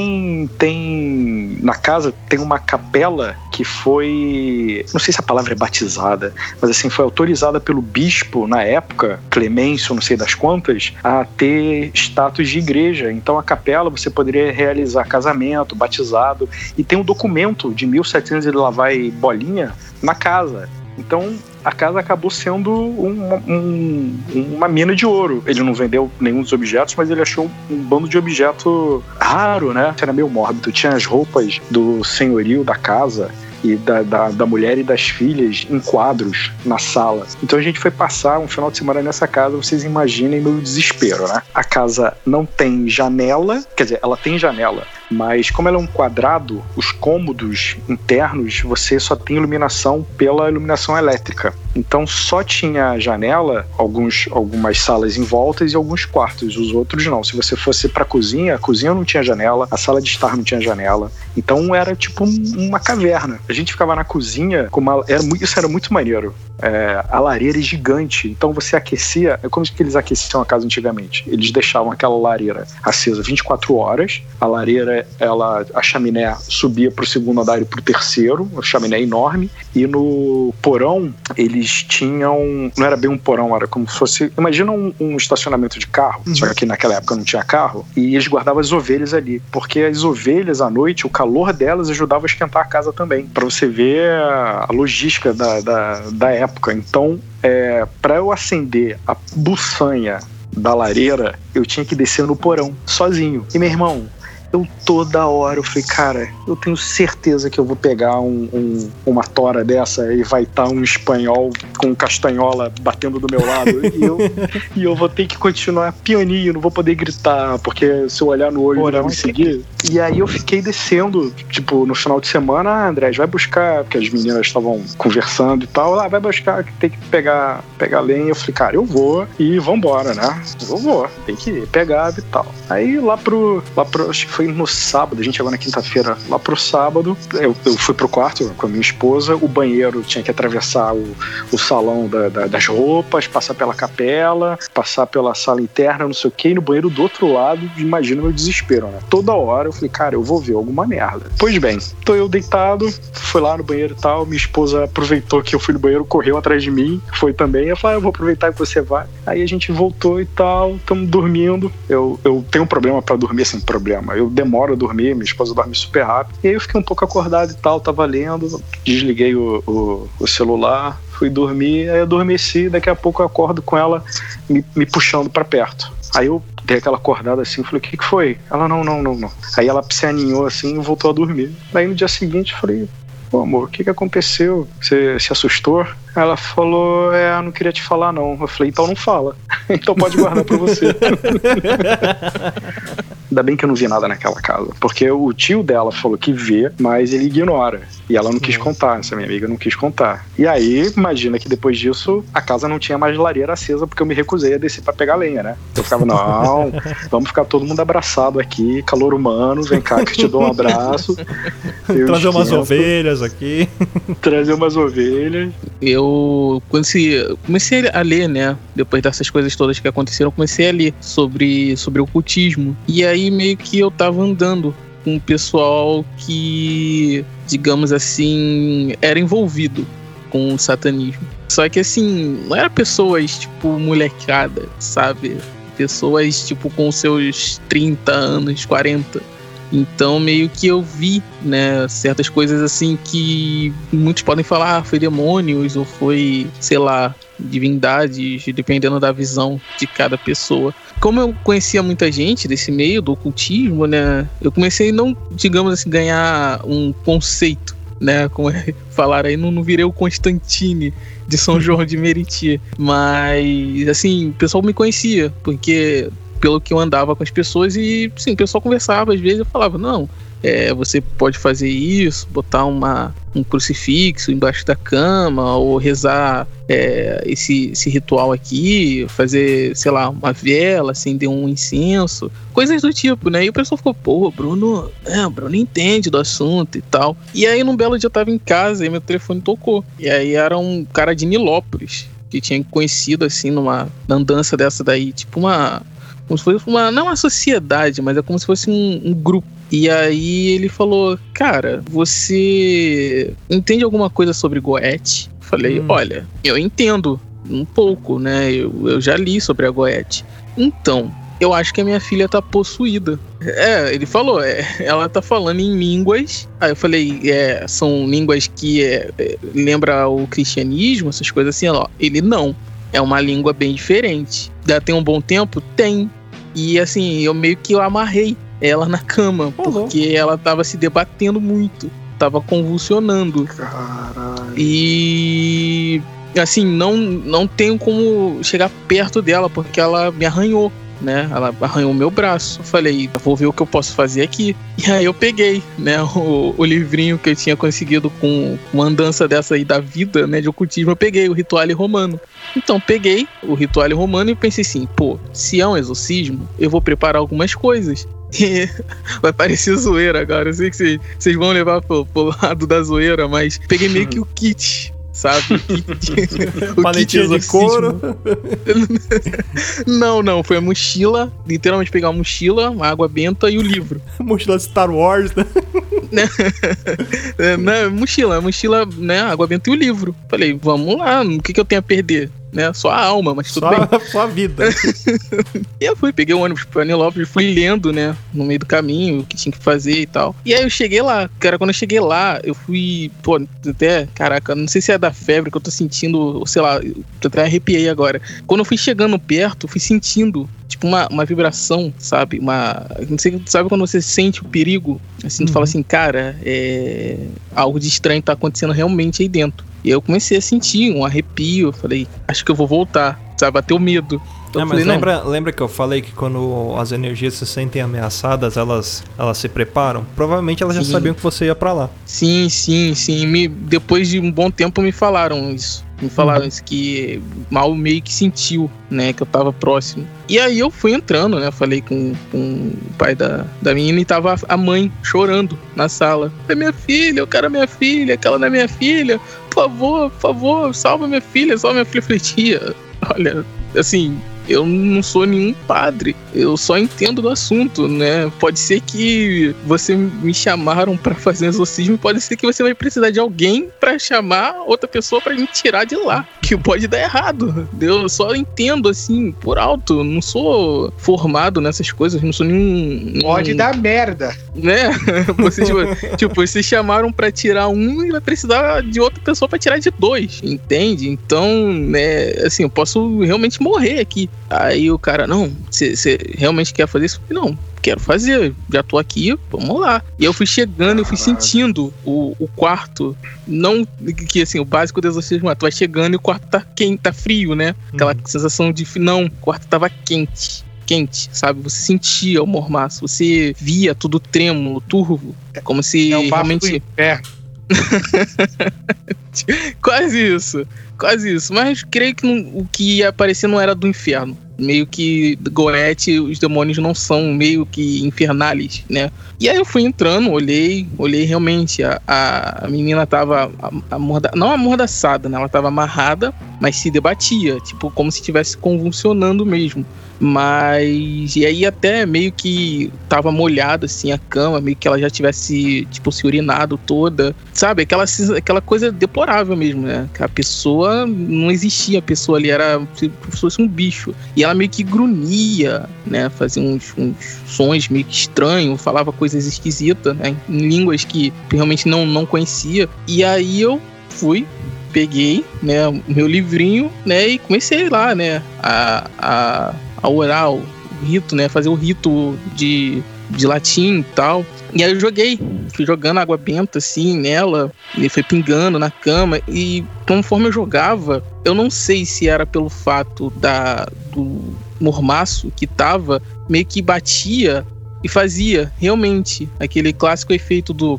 Na casa tem uma capela que foi, não sei se a palavra é batizada, mas assim, foi autorizada pelo bispo na época, Clemêncio, não sei das quantas, a ter status de igreja. Então a capela você poderia realizar casamento, batizado, e tem um documento de 1700 e lá vai bolinha na casa. Então a casa acabou sendo uma mina de ouro. Ele não vendeu nenhum dos objetos, mas ele achou um bando de objeto raro, né? Era meio mórbido. Tinha as roupas do senhorio da casa e da mulher e das filhas em quadros na sala. Então a gente foi passar um final de semana nessa casa. Vocês imaginem meu desespero, né? A casa não tem janela, quer dizer, ela tem janela, mas como ela é um quadrado, os cômodos internos você só tem iluminação pela iluminação elétrica. Então só tinha janela, algumas salas em volta e alguns quartos, os outros não. Se você fosse pra cozinha, a cozinha não tinha janela, a sala de estar não tinha janela. Então era tipo uma caverna. A gente ficava na cozinha, isso era muito maneiro. A lareira é gigante, então você aquecia, como que eles aqueciam a casa antigamente? Eles deixavam aquela lareira acesa 24 horas, a lareira, a chaminé subia pro segundo andar e pro terceiro, uma chaminé enorme, e no porão eles tinham, não era bem um porão, era como se fosse, imagina um estacionamento de carro, só que naquela época não tinha carro, e eles guardavam as ovelhas ali, porque as ovelhas à noite, o calor delas ajudava a esquentar a casa também, pra você ver a logística da época. Então, para eu acender a buçanha da lareira, eu tinha que descer no porão, sozinho. E meu irmão, Eu toda hora, eu falei, cara, eu tenho certeza que eu vou pegar uma tora dessa e vai estar um espanhol com castanhola batendo do meu lado e eu vou ter que continuar pianinho, não vou poder gritar, porque se eu olhar no olho ele vai me seguir. E aí eu fiquei descendo, tipo, no final de semana, André, vai buscar, porque as meninas estavam conversando e tal, vai buscar, que tem que pegar lenha. Eu falei, cara, eu vou e vambora, né? Eu vou, tem que ir, pegar e tal. Aí lá pro, acho que foi no sábado, a gente chegou na quinta-feira, lá pro sábado, eu fui pro quarto com a minha esposa, o banheiro tinha que atravessar o salão das roupas, passar pela capela, passar pela sala interna, não sei o que, e no banheiro do outro lado, imagina o meu desespero, né? Toda hora eu falei, cara, eu vou ver alguma merda. Pois bem, tô eu deitado, fui lá no banheiro e tal, minha esposa aproveitou que eu fui no banheiro, correu atrás de mim, foi também, eu falei, eu vou aproveitar que você vai. Aí a gente voltou e tal, estamos dormindo, eu tenho um problema pra dormir, assim, problema, eu demoro a dormir, minha esposa dorme super rápido, e aí eu fiquei um pouco acordado e tal, tava lendo, desliguei o celular, fui dormir, aí eu adormeci, daqui a pouco eu acordo com ela me puxando pra perto. Aí eu dei aquela acordada assim, falei, o que foi? Ela, não. Aí ela se aninhou assim e voltou a dormir. Aí no dia seguinte eu falei, pô amor, o que aconteceu? Você se assustou? Ela falou, não queria te falar não. Eu falei, então não fala. Então pode guardar pra você. Ainda bem que eu não vi nada naquela casa, porque o tio dela falou que vê, mas ele ignora. E ela não quis contar, essa minha amiga não quis contar. E aí, imagina que depois disso, a casa não tinha mais lareira acesa, porque eu me recusei a descer pra pegar lenha, né? Eu ficava, não, vamos ficar todo mundo abraçado aqui, calor humano, vem cá que eu te dou um abraço. Trazer umas ovelhas aqui. Trazer umas ovelhas. Eu comecei a ler, né? Depois dessas coisas todas que aconteceram, eu comecei a ler sobre ocultismo. E aí meio que eu tava andando com um pessoal que, digamos assim, era envolvido com o satanismo. Só que assim, não era pessoas tipo molecada, sabe? Pessoas tipo com seus 30 anos, 40. Então meio que eu vi, né, certas coisas assim que muitos podem falar, foi demônios ou foi, sei lá, divindades, dependendo da visão de cada pessoa. Como eu conhecia muita gente desse meio do ocultismo, né, eu comecei a não, digamos assim, ganhar um conceito, né, como falaram aí, não virei o Constantine de São João de Meriti, mas assim, o pessoal me conhecia, porque pelo que eu andava com as pessoas e sim, o pessoal conversava, às vezes eu falava, não, você pode fazer isso, botar um crucifixo embaixo da cama, ou rezar esse ritual aqui, fazer, sei lá, uma vela, acender um incenso, coisas do tipo, né? E o pessoal ficou, pô, Bruno entende do assunto e tal. E aí num belo dia eu tava em casa e meu telefone tocou. E aí era um cara de Nilópolis, que tinha conhecido assim numa andança dessa daí, tipo como se fosse não uma sociedade, mas é como se fosse um grupo. E aí ele falou, cara, você entende alguma coisa sobre Goethe? Falei, olha, eu entendo um pouco, né? Eu já li sobre a Goethe. Então, eu acho que a minha filha tá possuída. Ele falou, ela tá falando em línguas. Aí eu falei, são línguas que lembra o cristianismo, essas coisas assim. Ele não. É uma língua bem diferente. Já tem um bom tempo? Tem. E assim, eu meio que amarrei ela na cama, porque ela tava se debatendo muito. Tava convulsionando. Caralho. E assim, não tenho como chegar perto dela, porque ela me arranhou, né? Ela arranhou o meu braço. Eu falei, vou ver o que eu posso fazer aqui. E aí eu peguei, né, o livrinho que eu tinha conseguido com uma andança dessa aí da vida, né, de ocultismo. Eu peguei o Rituale Romano. Então peguei o Rituale Romano e pensei assim, pô, se é um exorcismo, eu vou preparar algumas coisas. E vai parecer zoeira agora. Eu sei que vocês vão levar pro lado da zoeira, mas peguei meio que o kit, sabe? O paletinha de couro. Não, foi a mochila. Literalmente pegar uma mochila, uma água benta e o livro. Mochila de Star Wars, né? Mochila, né? Água benta e o livro. Falei, vamos lá, o que eu tenho a perder? Né? Só a alma, mas tudo bem. Só a vida. E eu peguei o ônibus pra Nilópolis, fui lendo, né, no meio do caminho, o que tinha que fazer e tal. E aí eu cheguei lá, cara, quando eu cheguei lá, eu fui, até, caraca, não sei se é da febre que eu tô sentindo, ou sei lá, eu até arrepiei agora. Quando eu fui chegando perto, fui sentindo, tipo uma vibração, sabe? Não sei, sabe quando você sente o perigo? Assim, tu fala assim, cara, algo de estranho tá acontecendo realmente aí dentro. E eu comecei a sentir um arrepio, eu falei, acho que eu vou voltar, sabe? Bateu medo. Então, mas lembra que eu falei que quando as energias se sentem ameaçadas, elas se preparam? Provavelmente elas já sabiam que você ia pra lá. Sim. Depois de um bom tempo me falaram isso. Me falaram isso, que mal meio que sentiu, né, que eu tava próximo. E aí eu fui entrando, né, falei com o pai da menina e tava a mãe chorando na sala. É minha filha, eu quero a minha filha, aquela não é minha filha. Por favor, salva minha filha. Eu falei, tia, olha, assim, eu não sou nenhum padre, eu só entendo do assunto, né? Pode ser que você me chamaram pra fazer um exorcismo, pode ser que você vai precisar de alguém pra chamar outra pessoa pra me tirar de lá, que pode dar errado. Eu só entendo, assim, por alto, não sou formado nessas coisas, não sou nenhum... Pode dar merda. Né? Vocês chamaram pra tirar um e vai precisar de outra pessoa pra tirar de 2, entende? Então, né, assim, eu posso realmente morrer aqui. Aí o cara, não, você realmente quer fazer isso? Eu falei, não, quero fazer, já tô aqui, vamos lá. E eu fui chegando, eu fui sentindo o quarto, não que assim, o básico do exorcismo, tu vai chegando e o quarto tá quente, tá frio, né? Aquela sensação de, não, o quarto tava quente, sabe? Você sentia o mormaço, você via tudo trêmulo, turvo, como se o realmente... do inferno. Quase isso, mas creio que o que ia aparecer não era do inferno. Meio que Goethe, os demônios não são meio que infernales, né? E aí eu fui entrando, olhei realmente, a menina tava não amordaçada, né? Ela tava amarrada, mas se debatia, tipo, como se estivesse convulsionando mesmo. Mas, e aí até meio que tava molhada assim a cama, meio que ela já tivesse, tipo, se urinado toda, sabe? Aquela coisa deplorável mesmo, né? Que a pessoa, não existia a pessoa ali, era se fosse um bicho. E ela meio que grunhia, né? Fazia uns sons meio que estranhos, falava coisas esquisitas, né? Em línguas que realmente não conhecia. E aí eu peguei, né, o meu livrinho, né, e comecei lá, né, a orar o rito, né, fazer o rito de latim e tal. E aí eu fui jogando água benta assim nela, e foi pingando na cama, e conforme eu jogava, eu não sei se era pelo fato do mormaço que tava, meio que batia e fazia realmente aquele clássico efeito do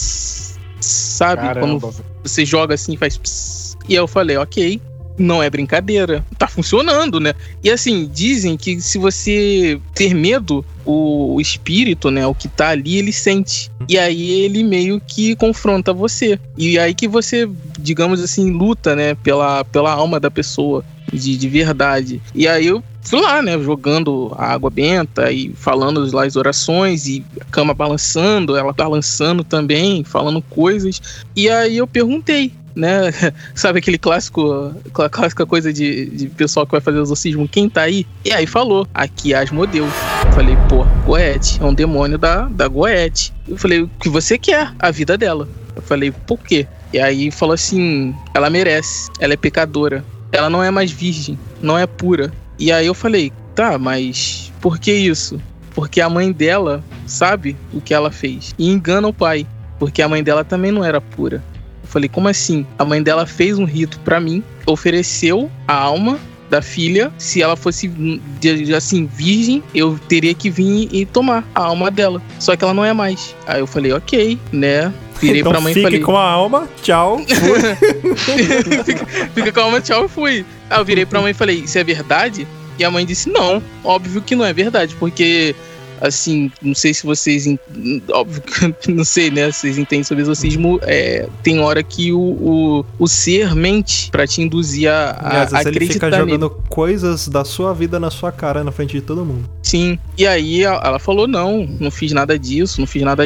sabe? Caramba. Quando você joga assim e faz pss. E aí eu falei, ok, não é brincadeira, tá funcionando, né? E assim, dizem que se você ter medo, o espírito, né, o que tá ali, ele sente. E aí ele meio que confronta você. E aí que você, digamos assim, luta, né, pela alma da pessoa, de verdade. E aí eu fui lá, né, jogando a água benta e falando lá as orações, e a cama balançando, ela balançando também, falando coisas. E aí eu perguntei, né, sabe aquele clássica coisa de pessoal que vai fazer exorcismo, quem tá aí? E aí falou, aqui é Asmodeus. Eu falei, pô, Goethe, é um demônio da Goethe. Eu falei, o que você quer? A vida dela. Eu falei, por quê? E aí falou assim, ela merece, ela é pecadora, ela não é mais virgem, não é pura. E aí eu falei, tá, mas por que isso? Porque a mãe dela sabe o que ela fez e engana o pai, porque a mãe dela também não era pura. Eu falei, como assim? A mãe dela fez um rito pra mim, ofereceu a alma da filha, se ela fosse assim, virgem, eu teria que vir e tomar a alma dela, só que ela não é mais. Aí eu falei, ok, né? Virei então pra mãe e fique falei, com a alma, tchau, fui. fica com a alma, tchau, e fui. Aí eu virei pra mãe e falei, isso é verdade? E a mãe disse, não, óbvio que não é verdade, porque assim, não sei se vocês, óbvio que não sei, né, vocês entendem sobre exorcismo, tem hora que o ser mente pra te induzir a acreditar ele fica jogando nele. coisas da sua vida na sua cara, na frente de todo mundo. Sim, e aí ela falou, não fiz nada disso,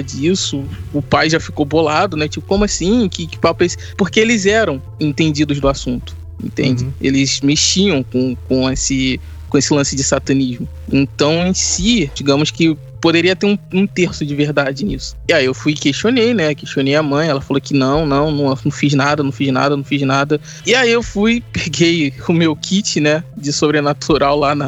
o pai já ficou bolado, né, tipo, como assim, que papo é esse? Porque eles eram entendidos do assunto, entende? Eles mexiam com esse lance de satanismo. Então, em si, digamos que poderia ter um terço de verdade nisso. E aí eu questionei a mãe, ela falou que não fiz nada. E aí eu peguei o meu kit, né, de sobrenatural lá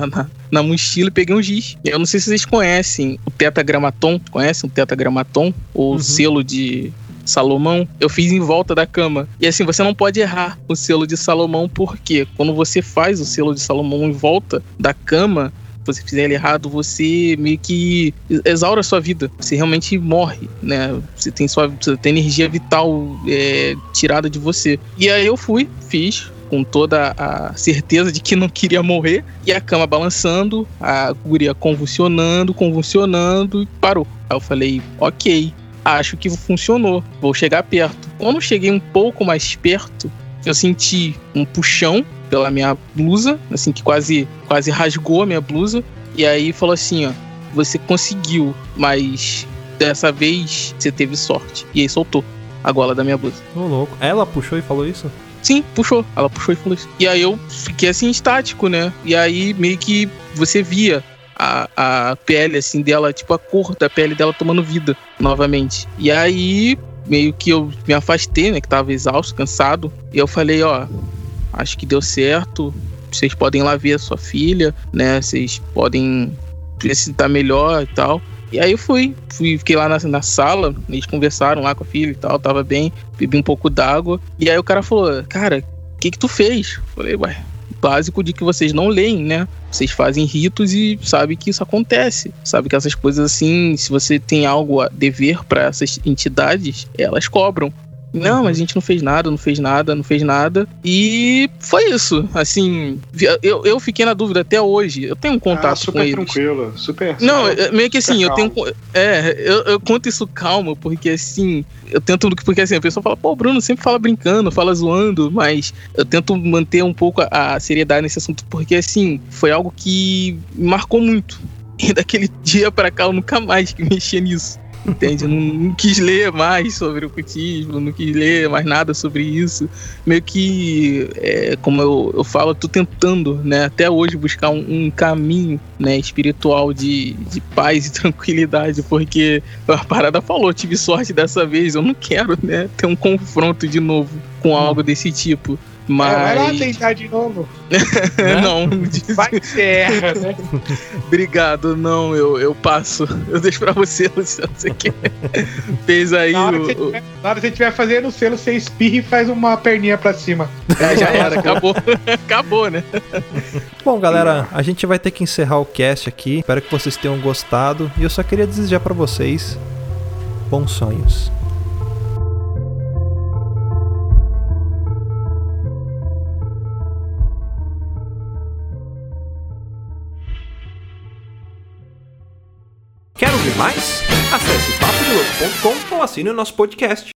na mochila e peguei um giz. Eu não sei se vocês conhecem o tetragramaton. Conhecem o tetragramaton? Ou selo de Salomão? Eu fiz em volta da cama. E assim, você não pode errar o selo de Salomão, porque quando você faz o selo de Salomão em volta da cama, se você fizer ele errado, você meio que exaura a sua vida. Você realmente morre, né? Você tem energia vital tirada de você. E aí eu fiz com toda a certeza de que não queria morrer, e a cama balançando, a guria convulsionando, e parou. Aí eu falei, ok, acho que funcionou, vou chegar perto. Quando eu cheguei um pouco mais perto, eu senti um puxão pela minha blusa, assim, que quase rasgou a minha blusa, e aí falou assim, ó, você conseguiu, mas dessa vez você teve sorte. E aí soltou a gola da minha blusa. Ô, louco. Ela puxou e falou isso? Sim, puxou. Ela puxou e falou isso. E aí eu fiquei assim, estático, né? E aí meio que você via a pele, assim, dela, tipo a cor da pele dela tomando vida novamente. E aí meio que eu me afastei, né? Que tava exausto, cansado. E eu falei, ó, acho que deu certo. Vocês podem ir lá ver a sua filha, né? Vocês podem ver se tá melhor e tal. E aí eu fiquei lá na sala, eles conversaram lá com a filha e tal, tava bem, bebi um pouco d'água. E aí o cara falou, cara, o que tu fez? Falei, ué, básico de que vocês não leem, né? Vocês fazem ritos e sabem que isso acontece. Sabe que essas coisas assim, se você tem algo a dever para essas entidades, elas cobram. Não, mas a gente não fez nada. E foi isso. Assim, eu fiquei na dúvida até hoje. Eu tenho um contato com eles. Super tranquilo, super. Não, meio que assim, eu conto isso calmo, porque assim, porque assim, a pessoa fala, pô, Bruno sempre fala brincando, fala zoando, mas eu tento manter um pouco a seriedade nesse assunto, porque assim, foi algo que me marcou muito. E daquele dia pra cá eu nunca mais mexia nisso. Entende? Eu não quis ler mais sobre o ocultismo, não quis ler mais nada sobre isso. Meio que, como eu falo, eu tô tentando, né, até hoje buscar um caminho, né, espiritual de paz e tranquilidade, porque a parada falou, tive sorte dessa vez, eu não quero, né, ter um confronto de novo com algo desse tipo. Mas... vai lá tentar de novo. Não. Vai que você erra, né? Obrigado, não, eu passo. Eu deixo pra você, Luciano, você quer. Fez aí na hora que você estiver fazendo o selo, você espirra e faz uma perninha pra cima. Já era, acabou. Acabou, né? Bom, galera, a gente vai ter que encerrar o cast aqui. Espero que vocês tenham gostado. E eu só queria desejar pra vocês bons sonhos. Quer ouvir mais? Acesse papodelouco.com ou assine o nosso podcast.